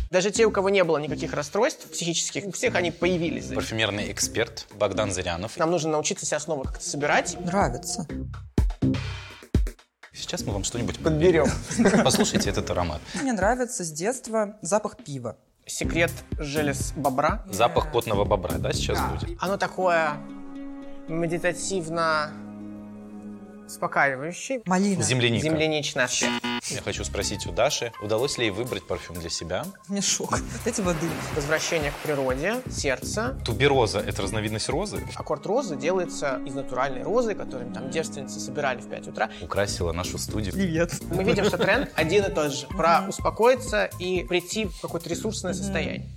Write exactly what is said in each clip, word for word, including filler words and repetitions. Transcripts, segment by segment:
Даже те, у кого не было никаких расстройств психических, у всех они появились. Парфюмерный эксперт Богдан Зырянов. Нам нужно научиться себя снова как-то собирать. Нравится. Сейчас мы вам что-нибудь подберем. Послушайте этот аромат. Мне нравится с детства запах пива. Секрет желез бобра. Запах потного бобра, да, сейчас Да. будет? Оно такое медитативно успокаивающее. Малина. Земляника. Земляничный аспект. Я хочу спросить у Даши, удалось ли ей выбрать парфюм для себя? Мешок. Дайте воды. Возвращение к природе, сердце. Тубероза – это разновидность розы? Аккорд розы делается из натуральной розы, которую там девственницы собирали в пять утра. Украсила нашу студию. Привет. Мы видим, что тренд один и тот же. Про успокоиться и прийти в какое-то ресурсное состояние.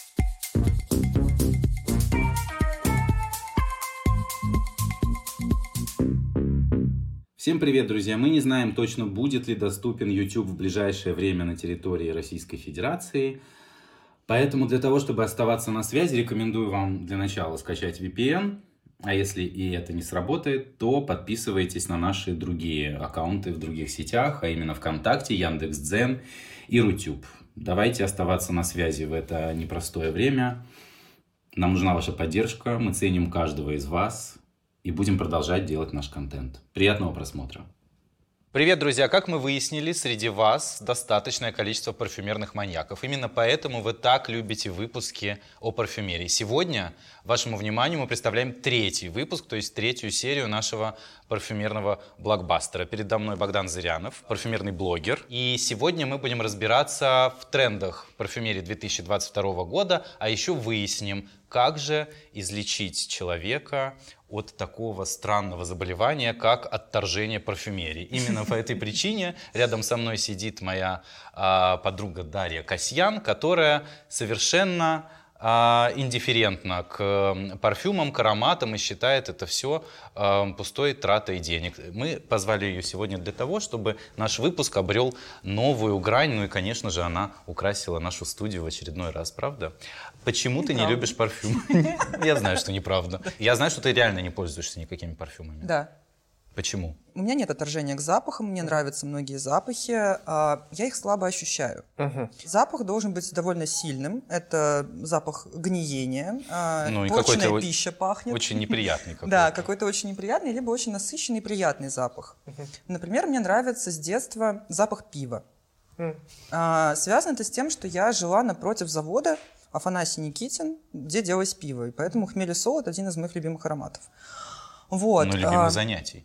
Всем привет, друзья! Мы не знаем точно, будет ли доступен YouTube в ближайшее время на территории Российской Федерации. Поэтому для того, чтобы оставаться на связи, рекомендую вам для начала скачать ви пи эн. А если и это не сработает, то подписывайтесь на наши другие аккаунты в других сетях, а именно ВКонтакте, Яндекс.Дзен и Рутюб. Давайте оставаться на связи в это непростое время. Нам нужна ваша поддержка, мы ценим каждого из вас. И будем продолжать делать наш контент. Приятного просмотра. Привет, друзья! Как мы выяснили, среди вас достаточное количество парфюмерных маньяков. Именно поэтому вы так любите выпуски о парфюмерии. Сегодня вашему вниманию мы представляем третий выпуск, то есть третью серию нашего парфюмерного блокбастера. Передо мной Богдан Зырянов, парфюмерный блогер. И сегодня мы будем разбираться в трендах парфюмерии две тысячи двадцать второго года, а еще выясним, как же излечить человека от такого странного заболевания, как отторжение парфюмерии. Именно по этой причине рядом со мной сидит моя а, подруга Дарья Касьян, которая совершенно а, индифферентна к парфюмам, к ароматам и считает это все а, пустой тратой денег. Мы позвали ее сегодня для того, чтобы наш выпуск обрел новую грань, ну и, конечно же, она украсила нашу студию в очередной раз, правда? Почему ты не любишь парфюм? Я знаю, что неправда. Я знаю, что ты реально не пользуешься никакими парфюмами. Да. Почему? У меня нет отторжения к запахам, мне нравятся многие запахи, а я их слабо ощущаю. Угу. Запах должен быть довольно сильным. Это запах гниения, Ну, и порченная какой-то пища пахнет. Очень неприятный какой-то. Да, какой-то очень неприятный, либо очень насыщенный, приятный запах. Например, мне нравится с детства запах пива. А, связано это с тем, что я жила напротив завода Афанасий Никитин, где делалось пиво. И поэтому хмель и солод – один из моих любимых ароматов. Вот. Ну, любимых а... занятий.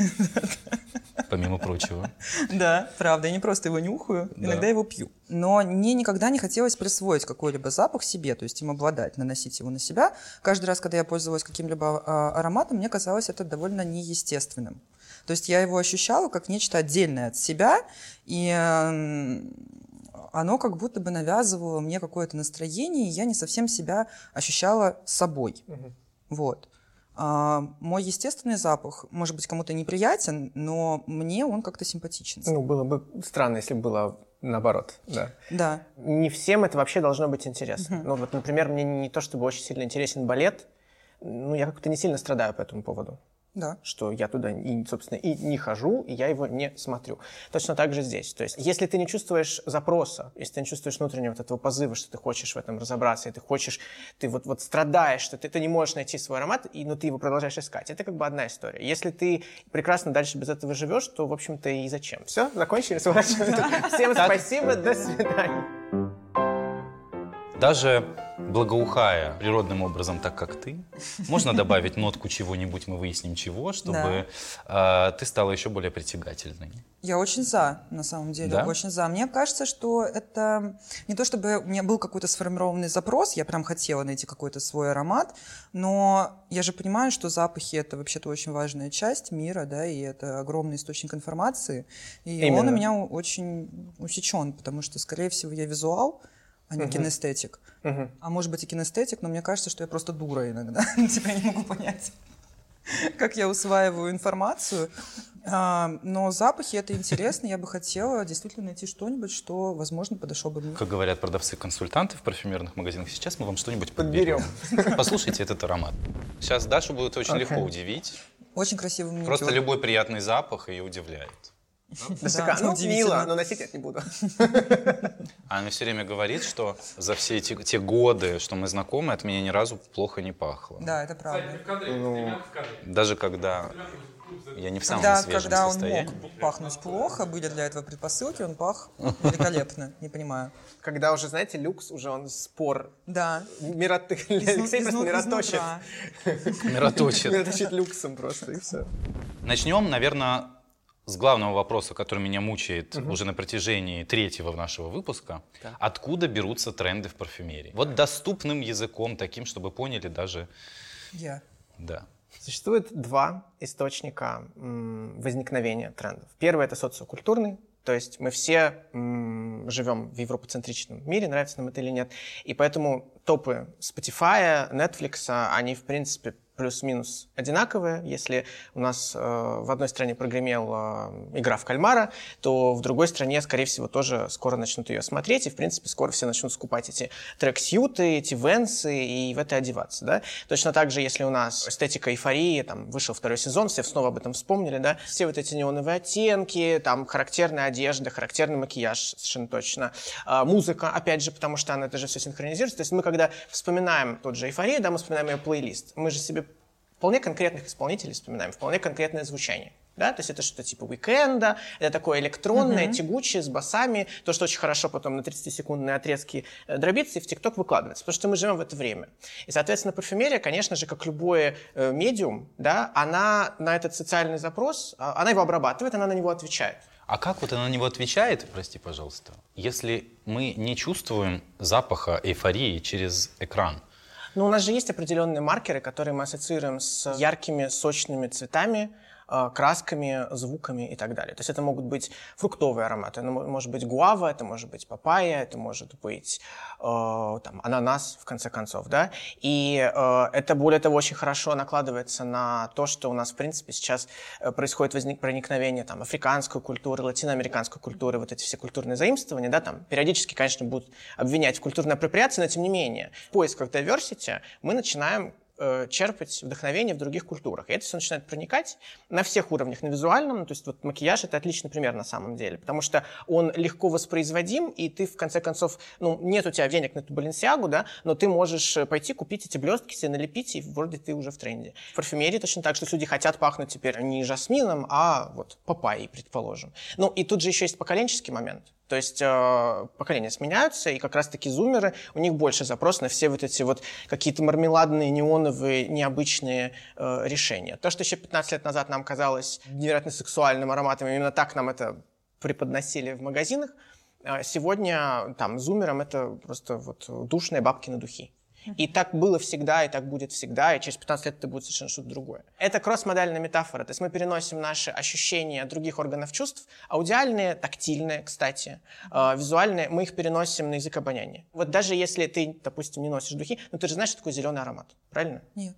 Помимо прочего. Да, правда, я не просто его нюхаю, Да. иногда его пью. Но мне никогда не хотелось присвоить какой-либо запах себе, то есть им обладать, наносить его на себя. Каждый раз, когда я пользовалась каким-либо а, ароматом, мне казалось это довольно неестественным. То есть я его ощущала как нечто отдельное от себя, и э, оно как будто бы навязывало мне какое-то настроение, и я не совсем себя ощущала собой. Угу. Вот. А, мой естественный запах, может быть, кому-то неприятен, но мне он как-то симпатичен. Ну, было бы странно, если бы было наоборот, да. Да. Не всем это вообще должно быть интересно. Угу. Ну, вот, например, мне не то чтобы очень сильно интересен балет, ну, я как-то не сильно страдаю по этому поводу. Да. Что я туда, и, собственно, и не хожу, и я его не смотрю. Точно так же здесь. То есть, если ты не чувствуешь запроса, если ты не чувствуешь внутреннего вот этого позыва, что ты хочешь в этом разобраться, и ты хочешь, ты вот, вот страдаешь, что ты, ты не можешь найти свой аромат, и, но ты его продолжаешь искать, это как бы одна история. Если ты прекрасно дальше без этого живешь, то, в общем-то, и зачем? Все, закончили? Всем спасибо, до свидания. Даже благоухая природным образом, так как ты, можно добавить нотку чего-нибудь, мы выясним чего, чтобы да. э, ты стала еще более притягательной. Я очень за, на самом деле, да? очень за. Мне кажется, что это не то, чтобы у меня был какой-то сформированный запрос, я прям хотела найти какой-то свой аромат, но я же понимаю, что запахи — это вообще-то очень важная часть мира, да, и это огромный источник информации, и Именно. Он у меня очень усечен, потому что, скорее всего, я визуал, а не uh-huh. кинестетик. Uh-huh. А может быть и кинестетик, но мне кажется, что я просто дура иногда. Типа я не могу понять, как я усваиваю информацию. А, но запахи — это интересно. Я бы хотела действительно найти что-нибудь, что, возможно, подошло бы мне. Как говорят продавцы-консультанты в парфюмерных магазинах, сейчас мы вам что-нибудь подберем. подберем. Послушайте этот аромат. Сейчас Дашу будет очень okay. легко удивить. Очень красивый маникюр. Просто любой приятный запах ее удивляет. Досыка. Ну, мило, но носить я не буду. Она все время говорит, что за все эти те годы, что мы знакомы, от меня ни разу плохо не пахло. Да, это правда. Ну, даже когда я не в самом Когда, свежем когда он состоянии. мог пахнуть плохо, были для этого предпосылки, он пах великолепно, не понимаю. Когда уже, знаете, люкс, уже он спор. Да. Мирот... Алексей просто мироточит. Мироточит. Мироточит люксом просто, и все. Начнем, наверное, с главного вопроса, который меня мучает угу. уже на протяжении третьего нашего выпуска. Да. Откуда берутся тренды в парфюмерии? Вот доступным языком, таким, чтобы поняли даже... Я. Да. Существует два источника м, возникновения трендов. Первый — это социокультурный, то есть мы все м, живем в европоцентричном мире, нравится нам это или нет, и поэтому топы Spotify, Netflix, они, в принципе, плюс-минус одинаковые. Если у нас э, в одной стране прогремела э, игра в кальмара, то в другой стране, скорее всего, тоже скоро начнут ее смотреть, и, в принципе, скоро все начнут скупать эти трек-сьюты, эти венсы и в это одеваться. Да? Точно так же, если у нас эстетика эйфории, там, вышел второй сезон, все снова об этом вспомнили, да? Все вот эти неоновые оттенки, там, характерная одежда, характерный макияж, совершенно точно. Э, музыка, опять же, потому что она это же все синхронизируется. То есть мы, когда вспоминаем тот же эйфорию, да, мы вспоминаем ее плейлист, мы же себе вполне конкретных исполнителей вспоминаем, вполне конкретное звучание. Да? То есть это что-то типа уикенда, это такое электронное, mm-hmm. тягучее, с басами, то, что очень хорошо потом на тридцатисекундные отрезки дробится и в ТикТок выкладывается, потому что мы живем в это время. И, соответственно, парфюмерия, конечно же, как любое э, медиум, да, она на этот социальный запрос, она его обрабатывает, она на него отвечает. А как вот она на него отвечает, прости, пожалуйста, если мы не чувствуем запаха эйфории через экран? Ну, у нас же есть определенные маркеры, которые мы ассоциируем с яркими, сочными цветами, красками, звуками и так далее. То есть это могут быть фруктовые ароматы, это может быть гуава, это может быть папайя, это может быть э, там, ананас, в конце концов, да. И э, это, более того, очень хорошо накладывается на то, что у нас, в принципе, сейчас происходит возник, проникновение там, африканской культуры, латиноамериканской культуры, вот эти все культурные заимствования, да, там периодически, конечно, будут обвинять в культурной апроприации, но тем не менее, в поисках diversity мы начинаем черпать вдохновение в других культурах. И это все начинает проникать на всех уровнях, на визуальном. То есть вот макияж — это отличный пример на самом деле, потому что он легко воспроизводим, и ты, в конце концов, ну, нет у тебя денег на эту Баленсиагу, да, но ты можешь пойти купить эти блестки, себе налепить, и вроде ты уже в тренде. В парфюмерии точно так, что люди хотят пахнуть теперь не жасмином, а вот папайей, предположим. Ну, и тут же еще есть поколенческий момент. То есть э, поколения сменяются, и как раз-таки зумеры, у них больше запрос на все вот эти вот какие-то мармеладные, неоновые, необычные э, решения. То, что еще пятнадцать лет назад нам казалось невероятно сексуальным ароматом, именно так нам это преподносили в магазинах, э, сегодня там зумерам это просто вот душные бабкины духи. И так было всегда, и так будет всегда, и через пятнадцать лет это будет совершенно что-то другое. Это кросс-модальная метафора, то есть мы переносим наши ощущения других органов чувств, аудиальные, тактильные, кстати, э, визуальные, мы их переносим на язык обоняния. Вот даже если ты, допустим, не носишь духи, но ты же знаешь, что такое зеленый аромат, правильно? Нет.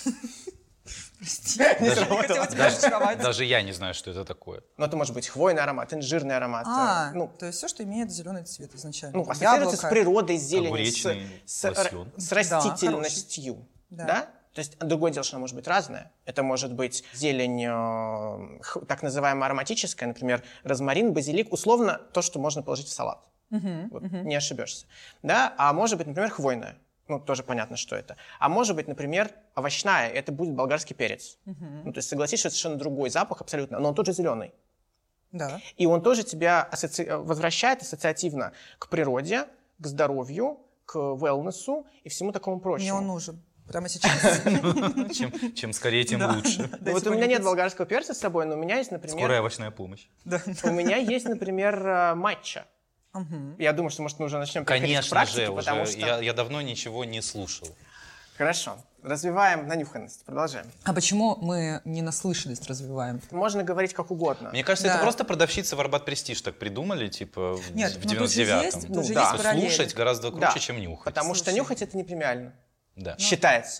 Прости. Даже, даже, даже я не знаю, что это такое. Но это может быть хвойный аромат, инжирный аромат. А, ну, то есть все, что имеет зеленый цвет изначально. Ну, ассоциируется с природой, с зеленью, с, с, с растительностью. Да, да? То есть другое дело, что она может быть разная. Это может быть зелень, э, так называемая ароматическая, например, розмарин, базилик, условно то, что можно положить в салат. Uh-huh, вот, uh-huh. Не ошибешься. Да? А может быть, например, хвойная. Ну, тоже понятно, что это. А может быть, например, овощная, это будет болгарский перец. Uh-huh. Ну, то есть, согласись, что это совершенно другой запах абсолютно, но он тоже зеленый. Да. И он тоже тебя асоци... возвращает ассоциативно к природе, к здоровью, к wellness и всему такому прочему. Мне он нужен. Прямо сейчас. чем, чем скорее, тем да, лучше. Да, вот у меня нет болгарского перца с собой, но у меня есть, например... Скорая овощная помощь. Да. У меня есть, например, матча. Угу. Я думаю, что, может, мы уже начнем переходить к практике, же, потому уже что... я, я давно ничего не слушал. Хорошо. Развиваем нанюханность. Продолжаем. А почему мы не наслышанность развиваем? Можно говорить как угодно. Мне кажется, да. это просто продавщицы в Арбат Престиж так придумали, типа, Нет, в девяносто девятом. Ну, ну, да. Слушать гораздо круче, да. чем нюхать. Потому Слушай. что нюхать — это не премиально. Да. Считается.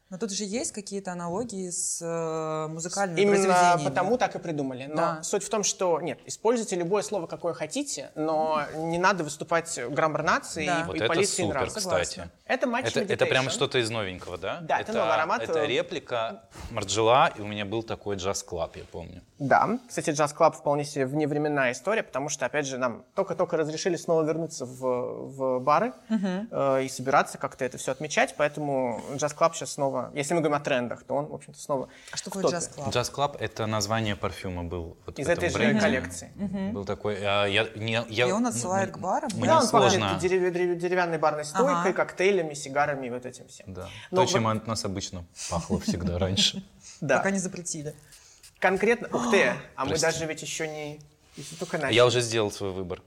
Но тут же есть какие-то аналогии с э, музыкальными Именно произведениями. потому так и придумали. Но Да. суть в том, что нет, используйте любое слово, какое хотите, но не надо выступать граммар нации Да. и, Вот и это полиции супер, нравов. кстати. Это матч Это, это прям что-то из новенького, да? Да, это новый аромат. Это реплика Марджела, и у меня был такой джаз-клаб, я помню. Да, кстати, джаз-клаб вполне себе вневременная история, потому что, опять же, нам только-только разрешили снова вернуться в, в бары э, и собираться, как-то это все отмечать, поэтому джаз-клаб сейчас снова, если мы говорим о трендах, то он, в общем-то, снова... А что такое в топе. джаз-клаб? Джаз-клаб — это название парфюма был. Вот Из в этом этой же бренде. коллекции. Был такой... а, я, не, я, И он отсылает к барам? Мне Да, он сложно. пахнет дерев- дерев- деревянной барной стойкой, Ага. коктейлями, сигарами и вот этим всем. Да. Но То, чем вот- от нас обычно пахло всегда раньше. Да. Пока не запретили. Конкретно... Ух ты, а мы Прости. даже ведь еще не... Если только начали. Я уже сделал свой выбор.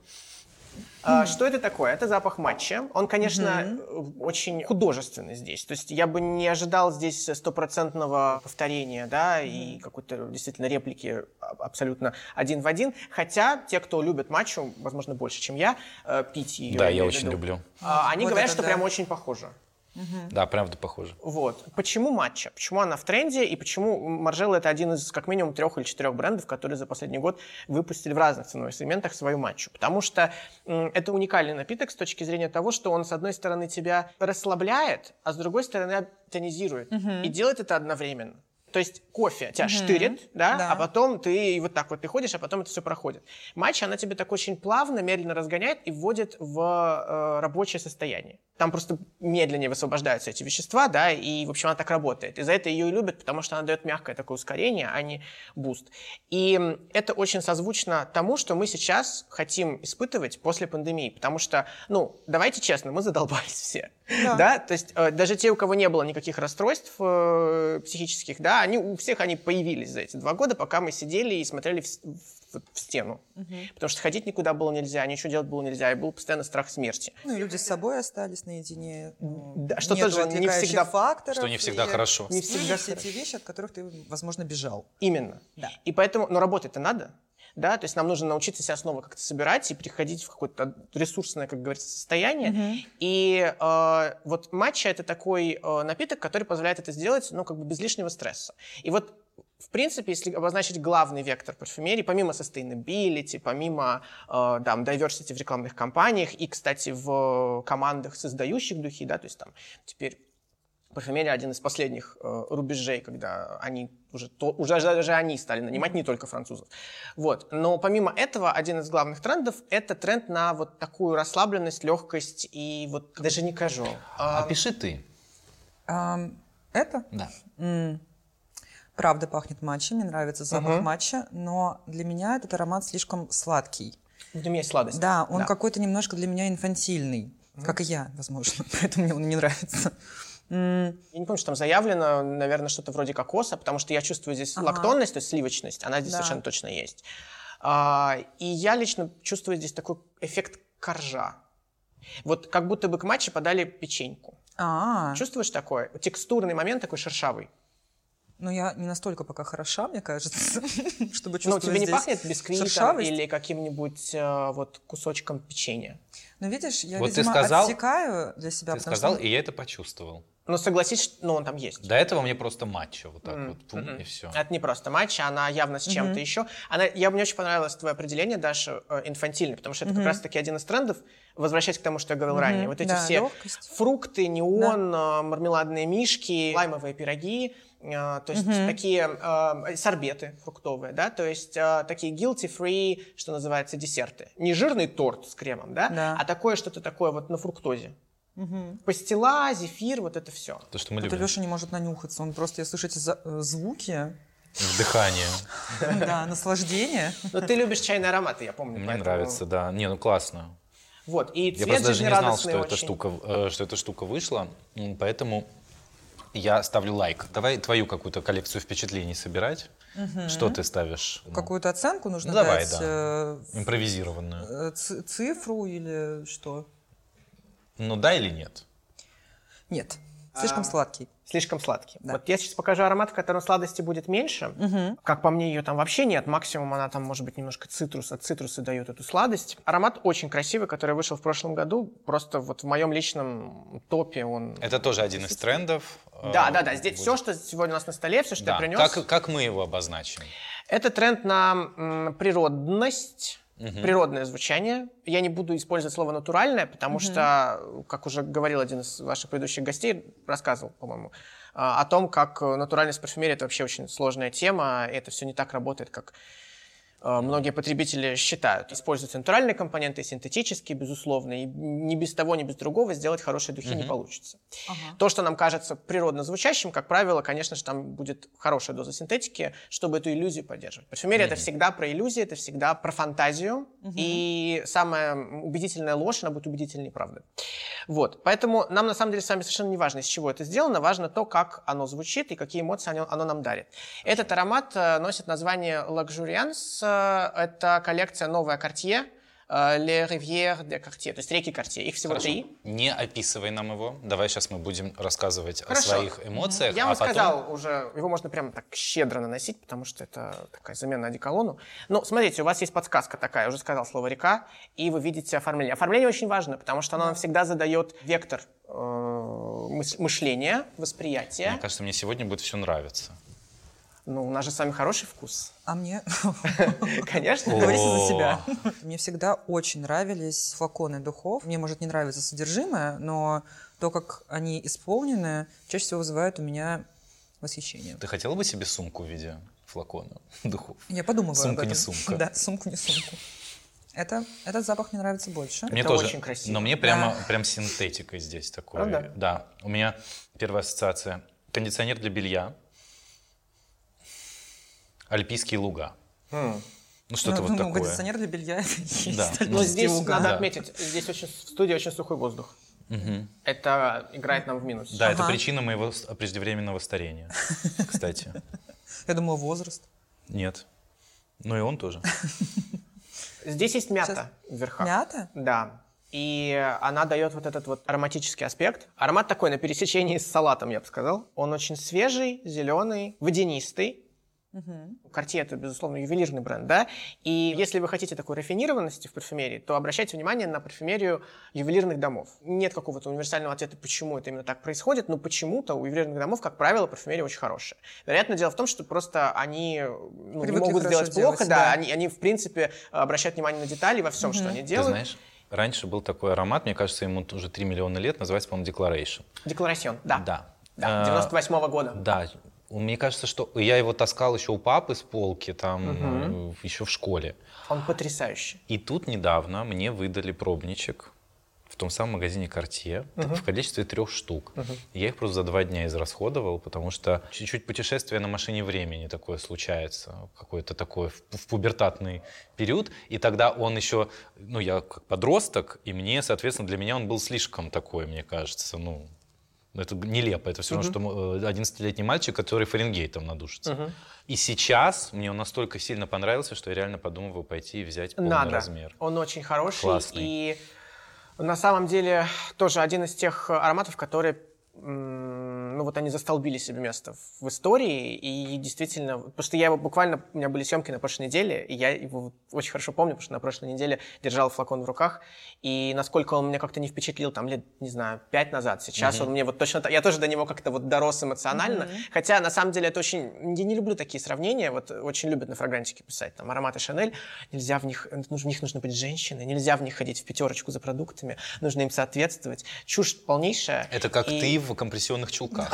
А, Что это такое? Это запах матча. Он, конечно, э, очень художественный здесь. То есть я бы не ожидал здесь стопроцентного повторения, да, и какой-то действительно реплики а- абсолютно один в один. Хотя те, кто любит матчу, возможно, больше, чем я, э, пить ее. Да, я имею в очень виду, люблю. а, Они Вот говорят, это что да. прям очень похоже. Да, правда похоже. Вот. Почему матча? Почему она в тренде? И почему Маржела — это один из как минимум трех или четырех брендов, которые за последний год выпустили в разных ценовых сегментах свою матчу? Потому что м, это уникальный напиток с точки зрения того, что он, с одной стороны, тебя расслабляет, а с другой стороны, тонизирует. И делает это одновременно. То есть кофе тебя штырит, да, Да. а потом ты вот так вот ты ходишь, а потом это все проходит. Матча, она тебя так очень плавно, медленно разгоняет и вводит в э, рабочее состояние. Там просто медленнее высвобождаются эти вещества, да, и, в общем, она так работает. И за это ее и любят, потому что она дает мягкое такое ускорение, а не буст. И м, это очень созвучно тому, что мы сейчас хотим испытывать после пандемии, потому что, ну, давайте честно, мы задолбались все, Да. да, то есть э, даже те, у кого не было никаких расстройств э, психических, да, они, у всех они появились за эти два года, пока мы сидели и смотрели в, с- в- в стену. Потому что ходить никуда было нельзя, ничего делать было нельзя, и был постоянно страх смерти. Ну и люди с собой остались наедине. ну, Да, что нету тоже не отвлекающих всегда- факторов. Что не всегда и хорошо. Не всегда все хорошо. те вещи, от которых ты, возможно, бежал. Именно. Да. И поэтому, но работать-то надо. Да, то есть нам нужно научиться себя снова как-то собирать и приходить в какое-то ресурсное, как говорится, состояние. И э, вот матча — это такой э, напиток, который позволяет это сделать, ну, как бы без лишнего стресса. И вот, в принципе, если обозначить главный вектор парфюмерии, помимо sustainability, помимо э, там, diversity в рекламных кампаниях и, кстати, в командах, создающих духи, да, то есть там теперь парфюмерия один из последних э, рубежей, когда они уже, то, уже даже они стали нанимать не только французов. Вот. Но помимо этого, один из главных трендов — это тренд на вот такую расслабленность, легкость и вот даже не кажу. а, Опиши ты. Ам, это Да. м, правда пахнет матчей, мне нравится запах Мгм. матча, но для меня этот аромат слишком сладкий. в нем есть сладость. Да, он Да. какой-то немножко для меня инфантильный, как и я, возможно, поэтому мне он не нравится. М, Я не помню, что там заявлено, наверное, что-то вроде кокоса, потому что я чувствую здесь Ага. лактонность, то есть сливочность, она здесь Да. совершенно точно есть. А, и я лично чувствую здесь такой эффект коржа. Вот как будто бы к матче подали печеньку. А, Чувствуешь такое? Текстурный момент такой шершавый. ну я не настолько пока хороша, мне кажется, чтобы Ну, чувствовать тебе не здесь пахнет бисквитом шершавость. или каким-нибудь э, вот кусочком печенья? Ну, видишь, я, Вот ты видимо, сказал- отсекаю для себя, Ты потому сказал, что... и я это почувствовал. Ну, согласись, что- ну, он там есть. До этого мне просто матча вот так Мгм, вот, пум, мгм. и все. Это не просто матча, она явно с чем-то еще. Она, я, мне очень понравилось твое определение, Даша, э, инфантильный, потому что это как раз-таки один из трендов, возвращаясь к тому, что я говорил ранее. Вот эти Да, все легкость. фрукты, неон, э, мармеладные мишки, лаймовые пироги, э, то есть такие э, сорбеты фруктовые, да, то есть э, такие guilty-free, что называется, десерты. Не жирный торт с кремом, да, Да. а такое что-то такое вот на фруктозе. Пастила, зефир, вот это все. То, что мы Вот любим. Леша не может нанюхаться, он просто, я слышу эти за- э, звуки, Вдыхание. да, наслаждение. Но ты любишь чайные ароматы, я помню. Мне поэтому- нравится, да. Не, ну классно. Вот, и Я цвет просто даже не знал, что жизнерадостный эта очень. штука, э, что эта штука вышла, м, поэтому я ставлю лайк. Давай твою какую-то коллекцию впечатлений собирать. Что ты ставишь? Ну, Какую-то оценку нужно Ну, давай, дать? да. э, импровизированную. э, ц- цифру или что? Ну да или нет? Нет, слишком А, сладкий. слишком сладкий. Да. Вот я сейчас покажу аромат, в котором сладости будет меньше. Угу. Как по мне, ее там вообще нет. Максимум она там, может быть, немножко цитрус. От цитруса дает эту сладость. Аромат очень красивый, который вышел в прошлом году. Просто вот в моем личном топе он... Это тоже один из трендов. Да, э, да, да. Здесь будет. все, что сегодня у нас на столе, все, что Да. я принес. Как, как мы его обозначим? Это тренд на м, природность. Мгм. Природное звучание. Я не буду использовать слово «натуральное», потому что, как уже говорил один из ваших предыдущих гостей, рассказывал, по-моему, а, о том, как натуральность парфюмерии — это вообще очень сложная тема, и это все не так работает, как а, многие потребители считают. Используются натуральные компоненты, синтетические, безусловно, и ни без того, ни без другого сделать хорошие духи не получится. Ага. То, что нам кажется природно звучащим, как правило, конечно же, там будет хорошая доза синтетики, чтобы эту иллюзию поддерживать. Парфюмерия — это всегда про иллюзии, это всегда про фантазию, и самая убедительная ложь, она будет убедительнее правды. Вот. Поэтому нам, на самом деле, с вами совершенно не важно, из чего это сделано, важно то, как оно звучит и какие эмоции оно, оно нам дарит. Этот аромат э, носит название Luxuriance. Э, это коллекция новая Cartier, э, Les Rivières de Cartier, то есть реки Cartier. Их всего Хорошо. три. Не описывай нам его. Давай сейчас мы будем рассказывать Хорошо. о своих эмоциях. Я вам а потом... сказал уже, его можно прямо так щедро наносить, потому что это такая замена одеколону. Но смотрите, у вас есть подсказка такая, я уже сказал слово «река», и вы видите оформление. Оформление очень важно, потому что оно нам всегда задает вектор э, мыс- мышления, восприятия. Мне кажется, мне сегодня будет все нравиться. Ну, у нас же с вами хороший вкус. А мне... Конечно. Говорите за О. себя. Мне всегда очень нравились флаконы духов. Мне может не нравится содержимое, но то, как они исполнены, чаще всего вызывает у меня восхищение. Ты хотела бы себе сумку в виде флакона духов? Я подумываю Сумка об не этом. сумка. Да, сумку не сумку. Это, этот запах мне нравится больше. Мне Это тоже, очень красиво. но мне прямо прям синтетикой здесь такой. Правда? Да. У меня первая ассоциация: кондиционер для белья, альпийские луга. М. Ну что-то ну, вот ну, такое. кондиционер для белья это и есть. Да. альпийский Но здесь луга. надо Да. отметить, здесь очень, в студии очень сухой воздух. Мгм. Это играет нам в минус. Да, это Ага. причина моего с- преждевременного старения, кстати. Я думала, возраст. Нет. Ну и он тоже. Здесь есть мята в верхах. Мята? Да. И она дает вот этот вот ароматический аспект. Аромат такой на пересечении с салатом, я бы сказал. Он очень свежий, зеленый, водянистый. Cartier — это, безусловно, ювелирный бренд, да? И если вы хотите такой рафинированности в парфюмерии, то обращайте внимание на парфюмерию ювелирных домов. Нет какого-то универсального ответа, почему это именно так происходит, но почему-то у ювелирных домов, как правило, парфюмерия очень хорошая. Вероятно, дело в том, что просто они ну, не Привыкли могут хорошо сделать плохо, делать, да, да. Они, они, в принципе, обращают внимание на детали во всем, что они Ты делают. знаешь, раньше был такой аромат, мне кажется, ему уже три миллиона лет, называется, по-моему, Declaration. Декларасьон, да. Да. Да, А, девяносто восьмого года. Да. Мне кажется, что я его таскал еще у папы с полки, там, э, еще в школе. Он потрясающий. И тут недавно мне выдали пробничек в том самом магазине Cartier в количестве трех штук. Я их просто за два дня израсходовал, потому что чуть-чуть путешествие на машине времени такое случается, какое-то такое в, в пубертатный период. И тогда он еще, ну, я как подросток, и мне, соответственно, для меня он был слишком такой, мне кажется, ну... Это нелепо. Это все равно, что одиннадцатилетний мальчик, который Фаренгейтом надушится. И сейчас мне он настолько сильно понравился, что я реально подумываю пойти и взять полный Надо. размер. Он очень хороший. Классный. И на самом деле тоже один из тех ароматов, которые, м, ну вот они застолбили себе место в истории. И действительно, потому что я его буквально, у меня были съемки на прошлой неделе, и я его вот очень хорошо помню, потому что на прошлой неделе держал флакон в руках. И насколько он меня как-то не впечатлил там лет, не знаю, пять назад. Сейчас он мне вот точно так... Я тоже до него как-то вот дорос эмоционально. Хотя, на самом деле, это очень... Я не люблю такие сравнения. Вот очень любят на фрагрантике писать. Там ароматы Шанель. Нельзя в них... В них нужно быть женщиной. Нельзя в них ходить в пятерочку за продуктами. Нужно им соответствовать. Чушь полнейшая. Это как И ты в компрессионных чулках.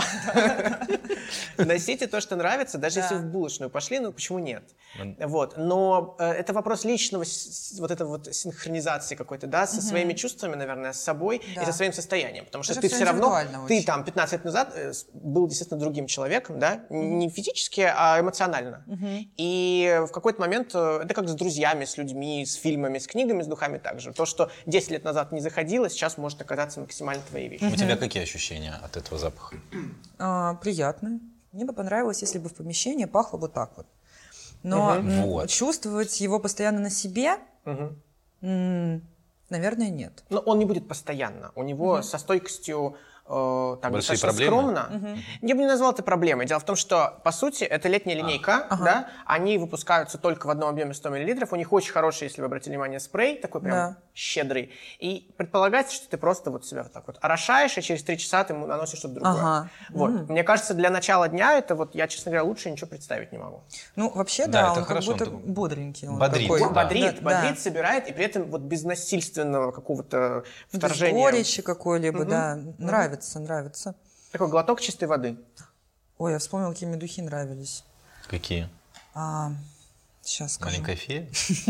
Носите то, что нравится, даже если в булочную пошли, ну почему нет? Вот. Но э, это вопрос личного, с- вот этой вот синхронизации какой-то, да, со своими чувствами, наверное, с собой Да. и со своим состоянием. Потому что Это ты всё все равно, индивидуально ты очень. там пятнадцать лет назад э, с- был, естественно, другим человеком, да, не физически, а эмоционально. И в какой-то момент э, это как с друзьями, с людьми, с фильмами, с книгами, с духами также. То, что десять лет назад не заходило, сейчас может оказаться максимально твоей вещью. У тебя какие ощущения от этого запаха? А, приятно. Мне бы понравилось, если бы в помещении пахло вот так вот. Но м, Вот. чувствовать его постоянно на себе, м, наверное, нет. Но он не будет постоянно. У него со стойкостью э, так Большие достаточно проблемы? скромно. Угу. Я бы не назвал это проблемой. Дело в том, что, по сути, это летняя линейка, ага. да, они выпускаются только в одном объеме сто миллилитров, у них очень хороший, если вы обратили внимание, спрей, такой прям да. щедрый, и предполагается, что ты просто вот себя вот так вот орошаешь, и через три часа ты наносишь что-то другое. Ага. Вот. Mm. Мне кажется, для начала дня это вот, я, честно говоря, лучше ничего представить не могу. Ну, вообще, Да, да, это он хорошо, как будто он бодренький. Он бодрит, такой, да. Бодрит, да, бодрит, да. собирает, и при этом вот без насильственного какого-то Без вторжения. горечи какой-либо, Мгм. да. Мгм. Нравится, нравится. Такой глоток чистой воды. Ой, я вспомнила, какие мне духи нравились. Какие? А, сейчас скажу. Маленькая фея?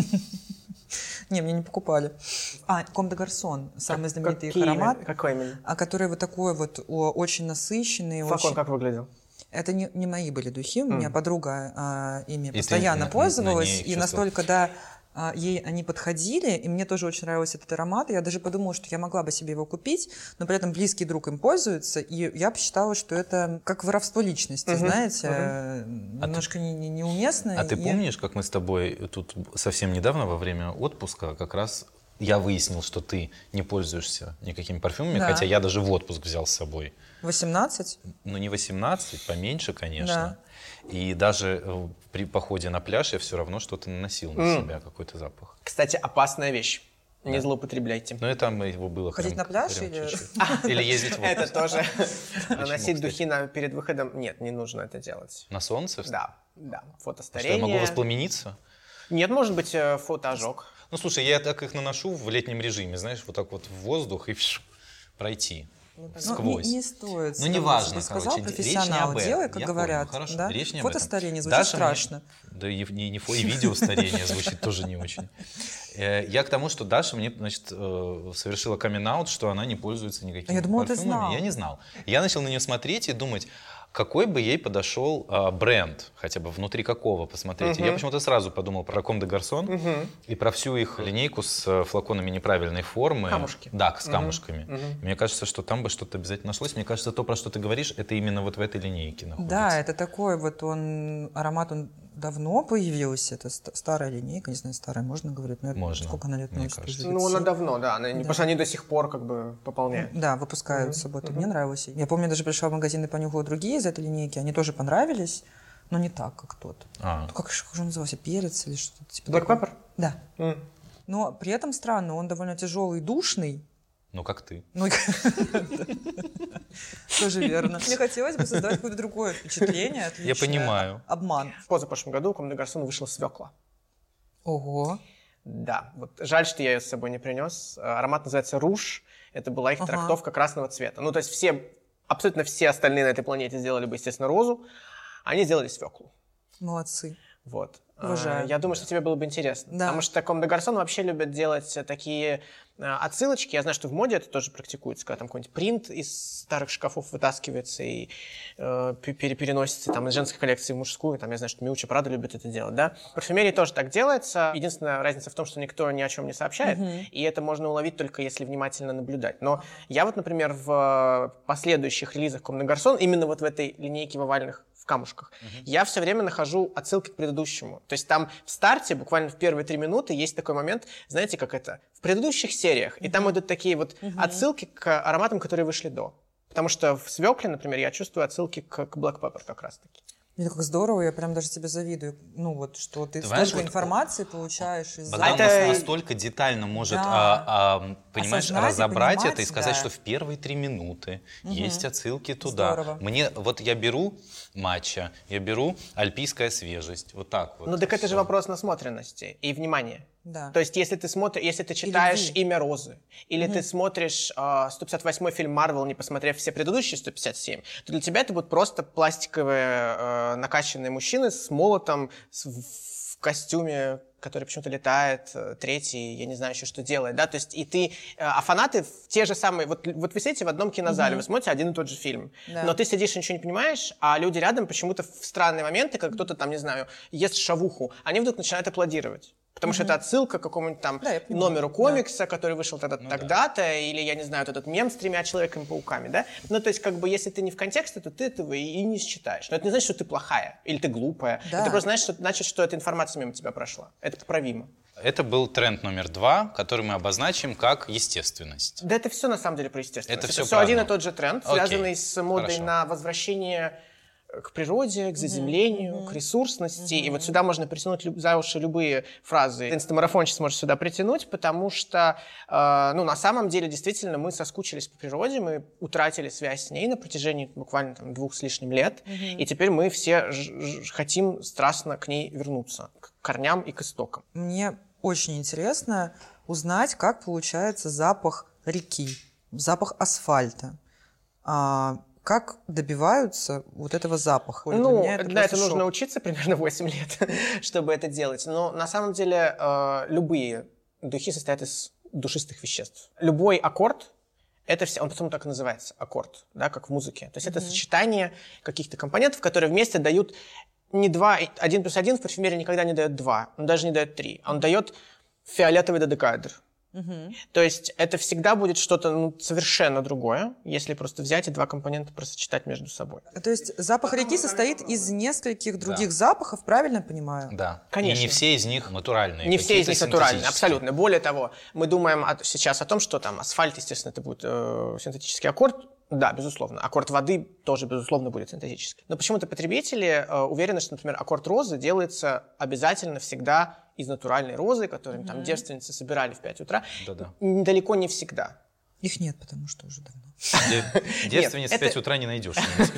Не, мне не покупали. А, Comme des Garçons, самый знаменитый их Какие аромат, именно? Какой именно? а который вот такой вот о, очень насыщенный. Флакон очень... как выглядел? Это не, не мои были духи, у Mm. меня подруга а, ими И ты постоянно на- пользовалась, на ней и чувствовал? настолько, да, а, ей они подходили, и мне тоже очень нравился этот аромат, и я даже подумала, что я могла бы себе его купить, но при этом близкий друг им пользуется, и я посчитала, что это как воровство личности, Мгм. знаете, Мгм. э, немножко не- не- неуместно. А ты и- помнишь, как мы с тобой тут совсем недавно во время отпуска как раз я выяснил, что ты не пользуешься никакими парфюмами, Да. хотя я даже в отпуск взял с собой. восемнадцать? Ну, не восемнадцать, поменьше, конечно. Да. И даже э, при походе на пляж я все равно что-то наносил на М. себя, какой-то запах. Кстати, опасная вещь. Не Да. злоупотребляйте. Но это мы его было Ходить прям- на пляж прям или- чуть-чуть. Или ездить в Это отпуск. тоже. Почему, Наносить кстати? духи на- перед выходом. Нет, не нужно это делать. На солнце? Да, да. Что, я Фотостарение. могу воспламениться? Нет, может быть, э, фотоожог. Ну, слушай, я так их наношу в летнем режиме, знаешь, вот так вот в воздух и фш, пройти Ну, сквозь. не, не стоит. Ну, неважно, Ты сказал, короче, речь не профессионал, об этом. делай, как Я говорят. понял, хорошо, да? речь не об этом. Фотостарение звучит Даша мне- страшно. Да и, не, не фо, и видео старение звучит тоже не очень. Э, Я к тому, что Даша мне, значит, э, совершила камин-аут, что она не пользуется никакими Я думала, ты парфюмами. знал. Я не знал. Я начал на нее смотреть и думать, какой бы ей подошел а, бренд, хотя бы внутри какого посмотреть. И Я почему-то сразу подумал про Comme des Garçons и про всю их линейку с э, флаконами неправильной формы. Камушки. Да, с камушками. Мне кажется, что там бы что-то обязательно нашлось. Мне кажется, то, про что ты говоришь, это именно вот в этой линейке находится. Да, это такой вот он, аромат, он давно появился, это ст- старая линейка, не знаю, старая, можно говорить? Но это Можно, сколько она лет мне носит? кажется. Уже Ну, лет она семь. давно, да. Она, Да. Потому что они до сих пор как бы пополняют. Да, выпускаются. Вот, и мне нравилось. Я помню, даже пришла в магазин и понюхала другие из этой линейки, они тоже понравились, но не так, как тот. А. Ну, как, же- как же он назывался? Перец или что-то типа Black такого? Pepper? Да. М. Но при этом странно, он довольно тяжелый и душный. Ну, как ты. Ну, и- тоже верно. Мне хотелось бы создавать какое-то другое впечатление. отличное. понимаю. Обман. В позапрошлом году у Comme des Garçons вышла свекла. Ого. Да, вот жаль, что я ее с собой не принес. Аромат называется «Руж». Это была их Ага. трактовка красного цвета. Ну, то есть все, абсолютно все остальные на этой планете сделали бы, естественно, розу. Они сделали свеклу. Молодцы. Вот. Уважаю. А, Я думаю, что тебе было бы интересно. Да. Потому что Comme des Garçons вообще любят делать э, такие э, отсылочки. Я знаю, что в моде это тоже практикуется, когда там какой-нибудь принт из старых шкафов вытаскивается и э, пе- пере- переносится там из женской коллекции в мужскую. Там, я знаю, что Миучи Прада любит это делать, да. В парфюмерии тоже так делается. Единственная разница в том, что никто ни о чем не сообщает, и это можно уловить только если внимательно наблюдать. Но я вот, например, в э, последующих релизах Comme des Garçons, именно вот в этой линейке в овальных в камушках, я все время нахожу отсылки к предыдущему. То есть там в старте, буквально в первые три минуты, есть такой момент, знаете, как это, в предыдущих сериях, и там идут такие вот отсылки к ароматам, которые вышли до. Потому что в свекле, например, я чувствую отсылки к, к Black Pepper как раз-таки. Это как здорово, я прям даже тебе завидую. Ну вот, что ты, Ты столько знаешь, вот информации получаешь из... Богдан это- нас- настолько детально может, Да. а, а, понимаешь, Осознать и разобрать понимать, это и сказать, да. что в первые три минуты есть отсылки туда. Здорово. Мне, вот я беру матча, я беру альпийская свежесть, вот так вот. Ну так это же всё. вопрос насмотренности и внимания. Да. То есть если ты смотришь, если ты читаешь любви. «Имя Розы», или ты смотришь э, сто пятьдесят восьмой фильм Марвел, не посмотрев все предыдущие сто пятьдесят семь, то для тебя это будут просто пластиковые э, накачанные мужчины с молотом, с- в костюме, который почему-то летает, э, третий, я не знаю еще, что делает, да, то есть и ты, э, а фанаты в те же самые, вот, вот вы сидите в одном кинозале, вы смотрите один и тот же фильм, Да. но ты сидишь и ничего не понимаешь, а люди рядом почему-то в странные моменты, как кто-то там, не знаю, ест шавуху, они вдруг начинают аплодировать. Потому что это отсылка к какому-нибудь там Да, я понимаю. номеру комикса, который вышел тогда, Ну тогда-то, или, я не знаю, вот этот мем с тремя Человеками-пауками, да? Ну, то есть, как бы, если ты не в контексте, то ты этого и, и не считаешь. Но это не значит, что ты плохая или ты глупая. Да. Это просто значит, что, значит, что эта информация мимо тебя прошла. Это поправимо. Это был тренд номер два, который мы обозначим как естественность. Да это все на самом деле про естественность. Это Это все все один и тот же тренд, Окей. связанный с модой Хорошо. на возвращение к природе, к заземлению, Мгм. к ресурсности. Мгм. И вот сюда можно притянуть люб- за уши любые фразы. Инстамарафонщик может сюда притянуть, потому что, э, ну, на самом деле, действительно, мы соскучились по природе, мы утратили связь с ней на протяжении буквально там, двух с лишним лет. И теперь мы все ж- ж- хотим страстно к ней вернуться, к корням и к истокам. Мне очень интересно узнать, как получается запах реки, запах асфальта. А, как добиваются вот этого запаха? Для Ну, меня это, на просто это нужно шок. учиться примерно восемь лет, чтобы это делать. Но на самом деле э, любые духи состоят из душистых веществ. Любой аккорд, это все, он потому так и называется, аккорд, да, как в музыке. То есть это сочетание каких-то компонентов, которые вместе дают не два, один плюс один в парфюмерии никогда не дает два, он даже не дает три, он дает фиолетовый додекаэдр. Мгм. То есть это всегда будет что-то ну, совершенно другое, если просто взять и два компонента просочетать между собой. То есть запах реки состоит из нескольких других запахов, правильно понимаю? Да. Конечно. И не все из них натуральные. Не все из какие-то них натуральные, синтетические. абсолютно. Более того, мы думаем о- сейчас о том, что там асфальт, естественно, это будет э, синтетический аккорд. Да, безусловно. Аккорд воды тоже, безусловно, будет синтетический. Но почему-то потребители э, уверены, что, например, аккорд розы делается обязательно всегда из натуральной розы, которую там девственницы собирали в пять утра. Да-да. Далеко не всегда. Их нет, потому что уже давно. Де- Девственниц в это- пять утра не найдешь.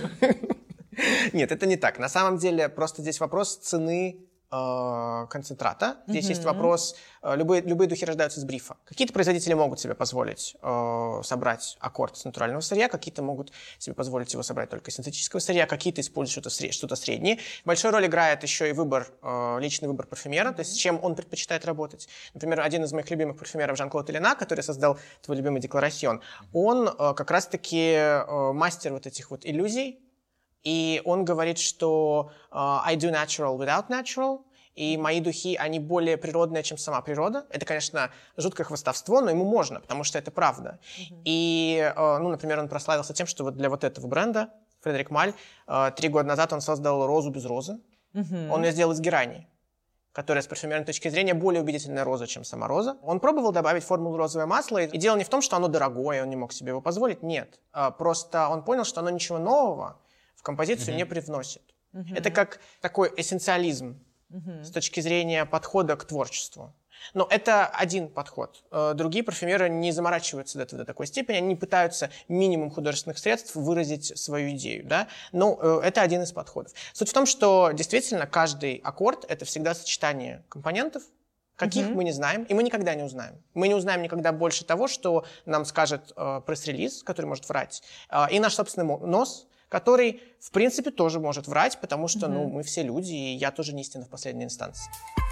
Нет, это не так. На самом деле, просто здесь вопрос цены э, концентрата. Здесь есть вопрос... э, любые, любые духи рождаются с брифа. Какие-то производители могут себе позволить э, собрать аккорд с натурального сырья, какие-то могут себе позволить его собрать только из синтетического сырья, какие-то используют что-то, сре- что-то среднее. Большую роль играет еще и выбор, э, личный выбор парфюмера, то есть с чем он предпочитает работать. Например, один из моих любимых парфюмеров Жан-Клод Элена, который создал твой любимый Декларасьон, он э, как раз-таки э, мастер вот этих вот иллюзий. И он говорит, что uh, I do natural without natural, и мои духи, они более природные, чем сама природа. Это, конечно, жуткое хвастовство, но ему можно, потому что это правда. Mm-hmm. И, uh, ну, например, он прославился тем, что вот для вот этого бренда, Фредерик Маль, uh, три года назад он создал розу без розы. Mm-hmm. Он ее сделал из герани, которая с парфюмерной точки зрения более убедительная роза, чем сама роза. Он пробовал добавить формулу розовое масло, и дело не в том, что оно дорогое, он не мог себе его позволить, нет. Uh, просто он понял, что оно ничего нового в композицию mm-hmm. не привносит. Mm-hmm. Это как такой эссенциализм mm-hmm. с точки зрения подхода к творчеству. Но это один подход. Другие парфюмеры не заморачиваются до, этого, до такой степени, они не пытаются минимум художественных средств выразить свою идею. Да? Но это один из подходов. Суть в том, что действительно каждый аккорд — это всегда сочетание компонентов, каких mm-hmm. мы не знаем, и мы никогда не узнаем. Мы не узнаем никогда больше того, что нам скажет э, пресс-релиз, который может врать, э, и наш собственный нос, который, в принципе, тоже может врать, потому что, mm-hmm. ну, мы все люди, и я тоже не истина в последней инстанции.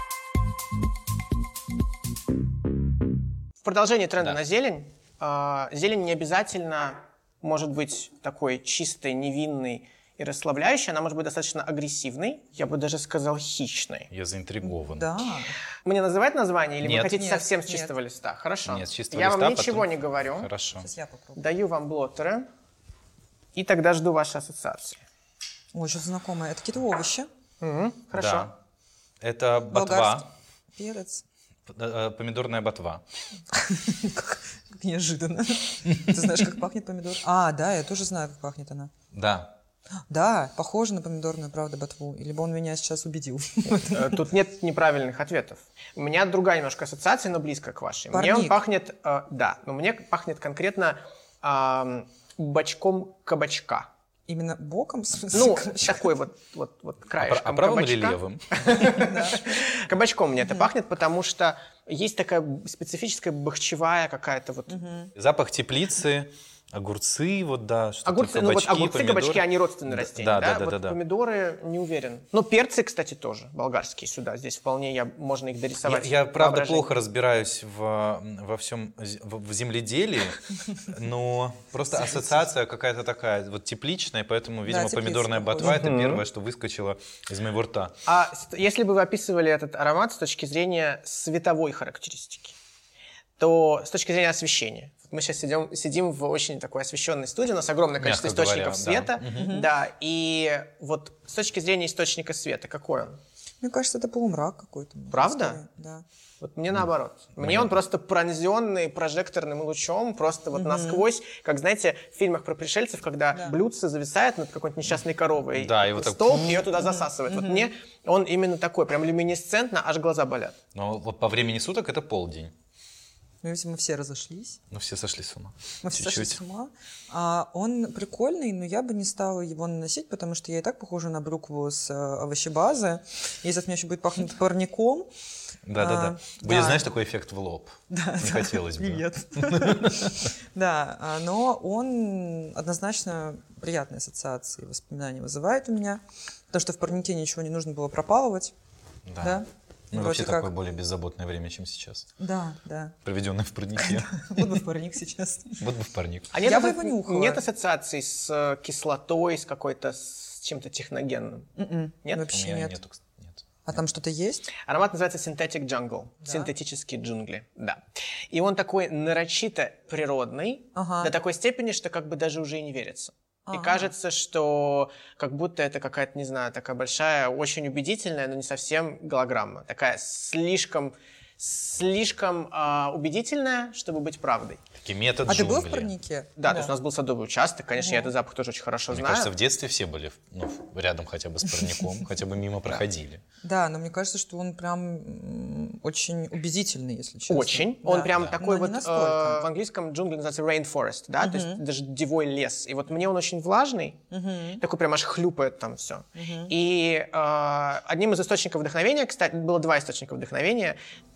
В продолжении тренда Да. на зелень, э, зелень не обязательно может быть такой чистой, невинной и расслабляющей, она может быть достаточно агрессивной, я бы даже сказал хищной. Я заинтригован. Да. Мне называть название, или Нет. вы хотите Нет, совсем с нет. чистого листа? Хорошо. Нет, с чистого я листа, вам ничего потом- не говорю. Хорошо. Сейчас я попробую. Даю вам блоттеры. И тогда жду ваши ассоциации. Ой, что-то знакомое. Это какие-то овощи. Мгм, хорошо. Да. Это ботва, Болгарский перец. п- э, помидорная ботва. Как неожиданно. Ты знаешь, как пахнет помидор? А, да, я тоже знаю, как пахнет она. Да. Да, похоже на помидорную, правда, ботву. Либо он меня сейчас убедил. Э, Тут нет неправильных ответов. У меня другая немножко ассоциация, но близко к вашей. Мне он Парник. пахнет, э, да, но мне пахнет конкретно ам, бочком кабачка. Именно боком? В смысле, Ну, короче? такой вот, вот, вот А, пр- краешком а правым или кабачка. левым? Кабачком мне это пахнет, потому что есть такая специфическая бахчевая какая-то вот... Запах теплицы, огурцы, вот да, что-то Огурцы, ну вот кабачки, огурцы, помидоры. кабачки, они родственные Да, растения, да, да? да, да, Вот да, да. помидоры не уверен. Но перцы, кстати, тоже болгарские сюда. Здесь вполне я, можно их Я, дорисовать. я, правда, воображением. плохо разбираюсь в, во всем з- в, в земледелии, но просто ассоциация какая-то такая вот тепличная, поэтому, видимо, теплица помидорная похожа. ботва — это первое, что выскочило из моего рта. А с- если бы вы описывали этот аромат с точки зрения световой характеристики, то с точки зрения освещения. Вот мы сейчас сидим, сидим в очень такой освещенной студии, у нас огромное количество Мягко источников говоря, да. света. Да, и вот с точки зрения источника света, какой он? Мне кажется, это полумрак какой-то. Правда? Скорее. Да. Вот мне наоборот. Мне он просто пронзенный прожекторным лучом, просто вот насквозь, как, знаете, в фильмах про пришельцев, когда Да. блюдце зависает над какой-то несчастной коровой, Да, и вот так- столб ее туда засасывает. Вот мне он именно такой, прям люминесцентно, аж глаза болят. Но вот по времени суток это полдень. Ну, если мы все разошлись, Ну, все сошли с ума. мы все сошли Чуть-чуть. с ума. А он прикольный, но я бы не стала его наносить, потому что я и так похожа на брюкву с э, овощебазы. Если от меня еще будет пахнуть парником. Да-да-да. А, Будет, да. знаешь, такой эффект в лоб. Да, Не хотелось бы. Привет. Да, а, но он однозначно приятные ассоциации, воспоминания вызывает у меня. Потому что в парнике ничего не нужно было пропалывать. Да. Да? Ну, Вроде вообще как. такое более беззаботное время, чем сейчас. Да, да. Проведенное в парнике. Вот бы в парник сейчас. Вот бы в парник. А нет, Я ас- бы его нюхала. нет ассоциаций с э, кислотой, с какой-то, с чем-то техногенным? М-м, Нет? У Вообще меня нет. нету, кстати, нет. А там что-то есть? Аромат называется Synthetic Jungle, Да? синтетические джунгли, да. И он такой нарочито природный, Ага. до такой степени, что как бы даже уже и не верится. И Ага. кажется, что как будто это какая-то, не знаю, такая большая, очень убедительная, но не совсем голограмма. Такая слишком, слишком а, убедительная, чтобы быть правдой. Такие метод А ты был в джунглей. парнике? Да, то есть у нас был садовый участок, конечно, я этот запах тоже очень хорошо Мне знаю. кажется, в детстве все были ну, рядом хотя бы с парником, хотя бы мимо проходили. Да, но мне кажется, что он прям м, очень убедительный, если честно. Очень. Да. Он прям Да. такой Но вот, не э, настолько. в английском джунгли называется rainforest, да, то есть даже дивой лес. И вот мне он очень влажный, такой прям аж хлюпает там все. И э, одним из источников вдохновения, кстати, было два источника вдохновения.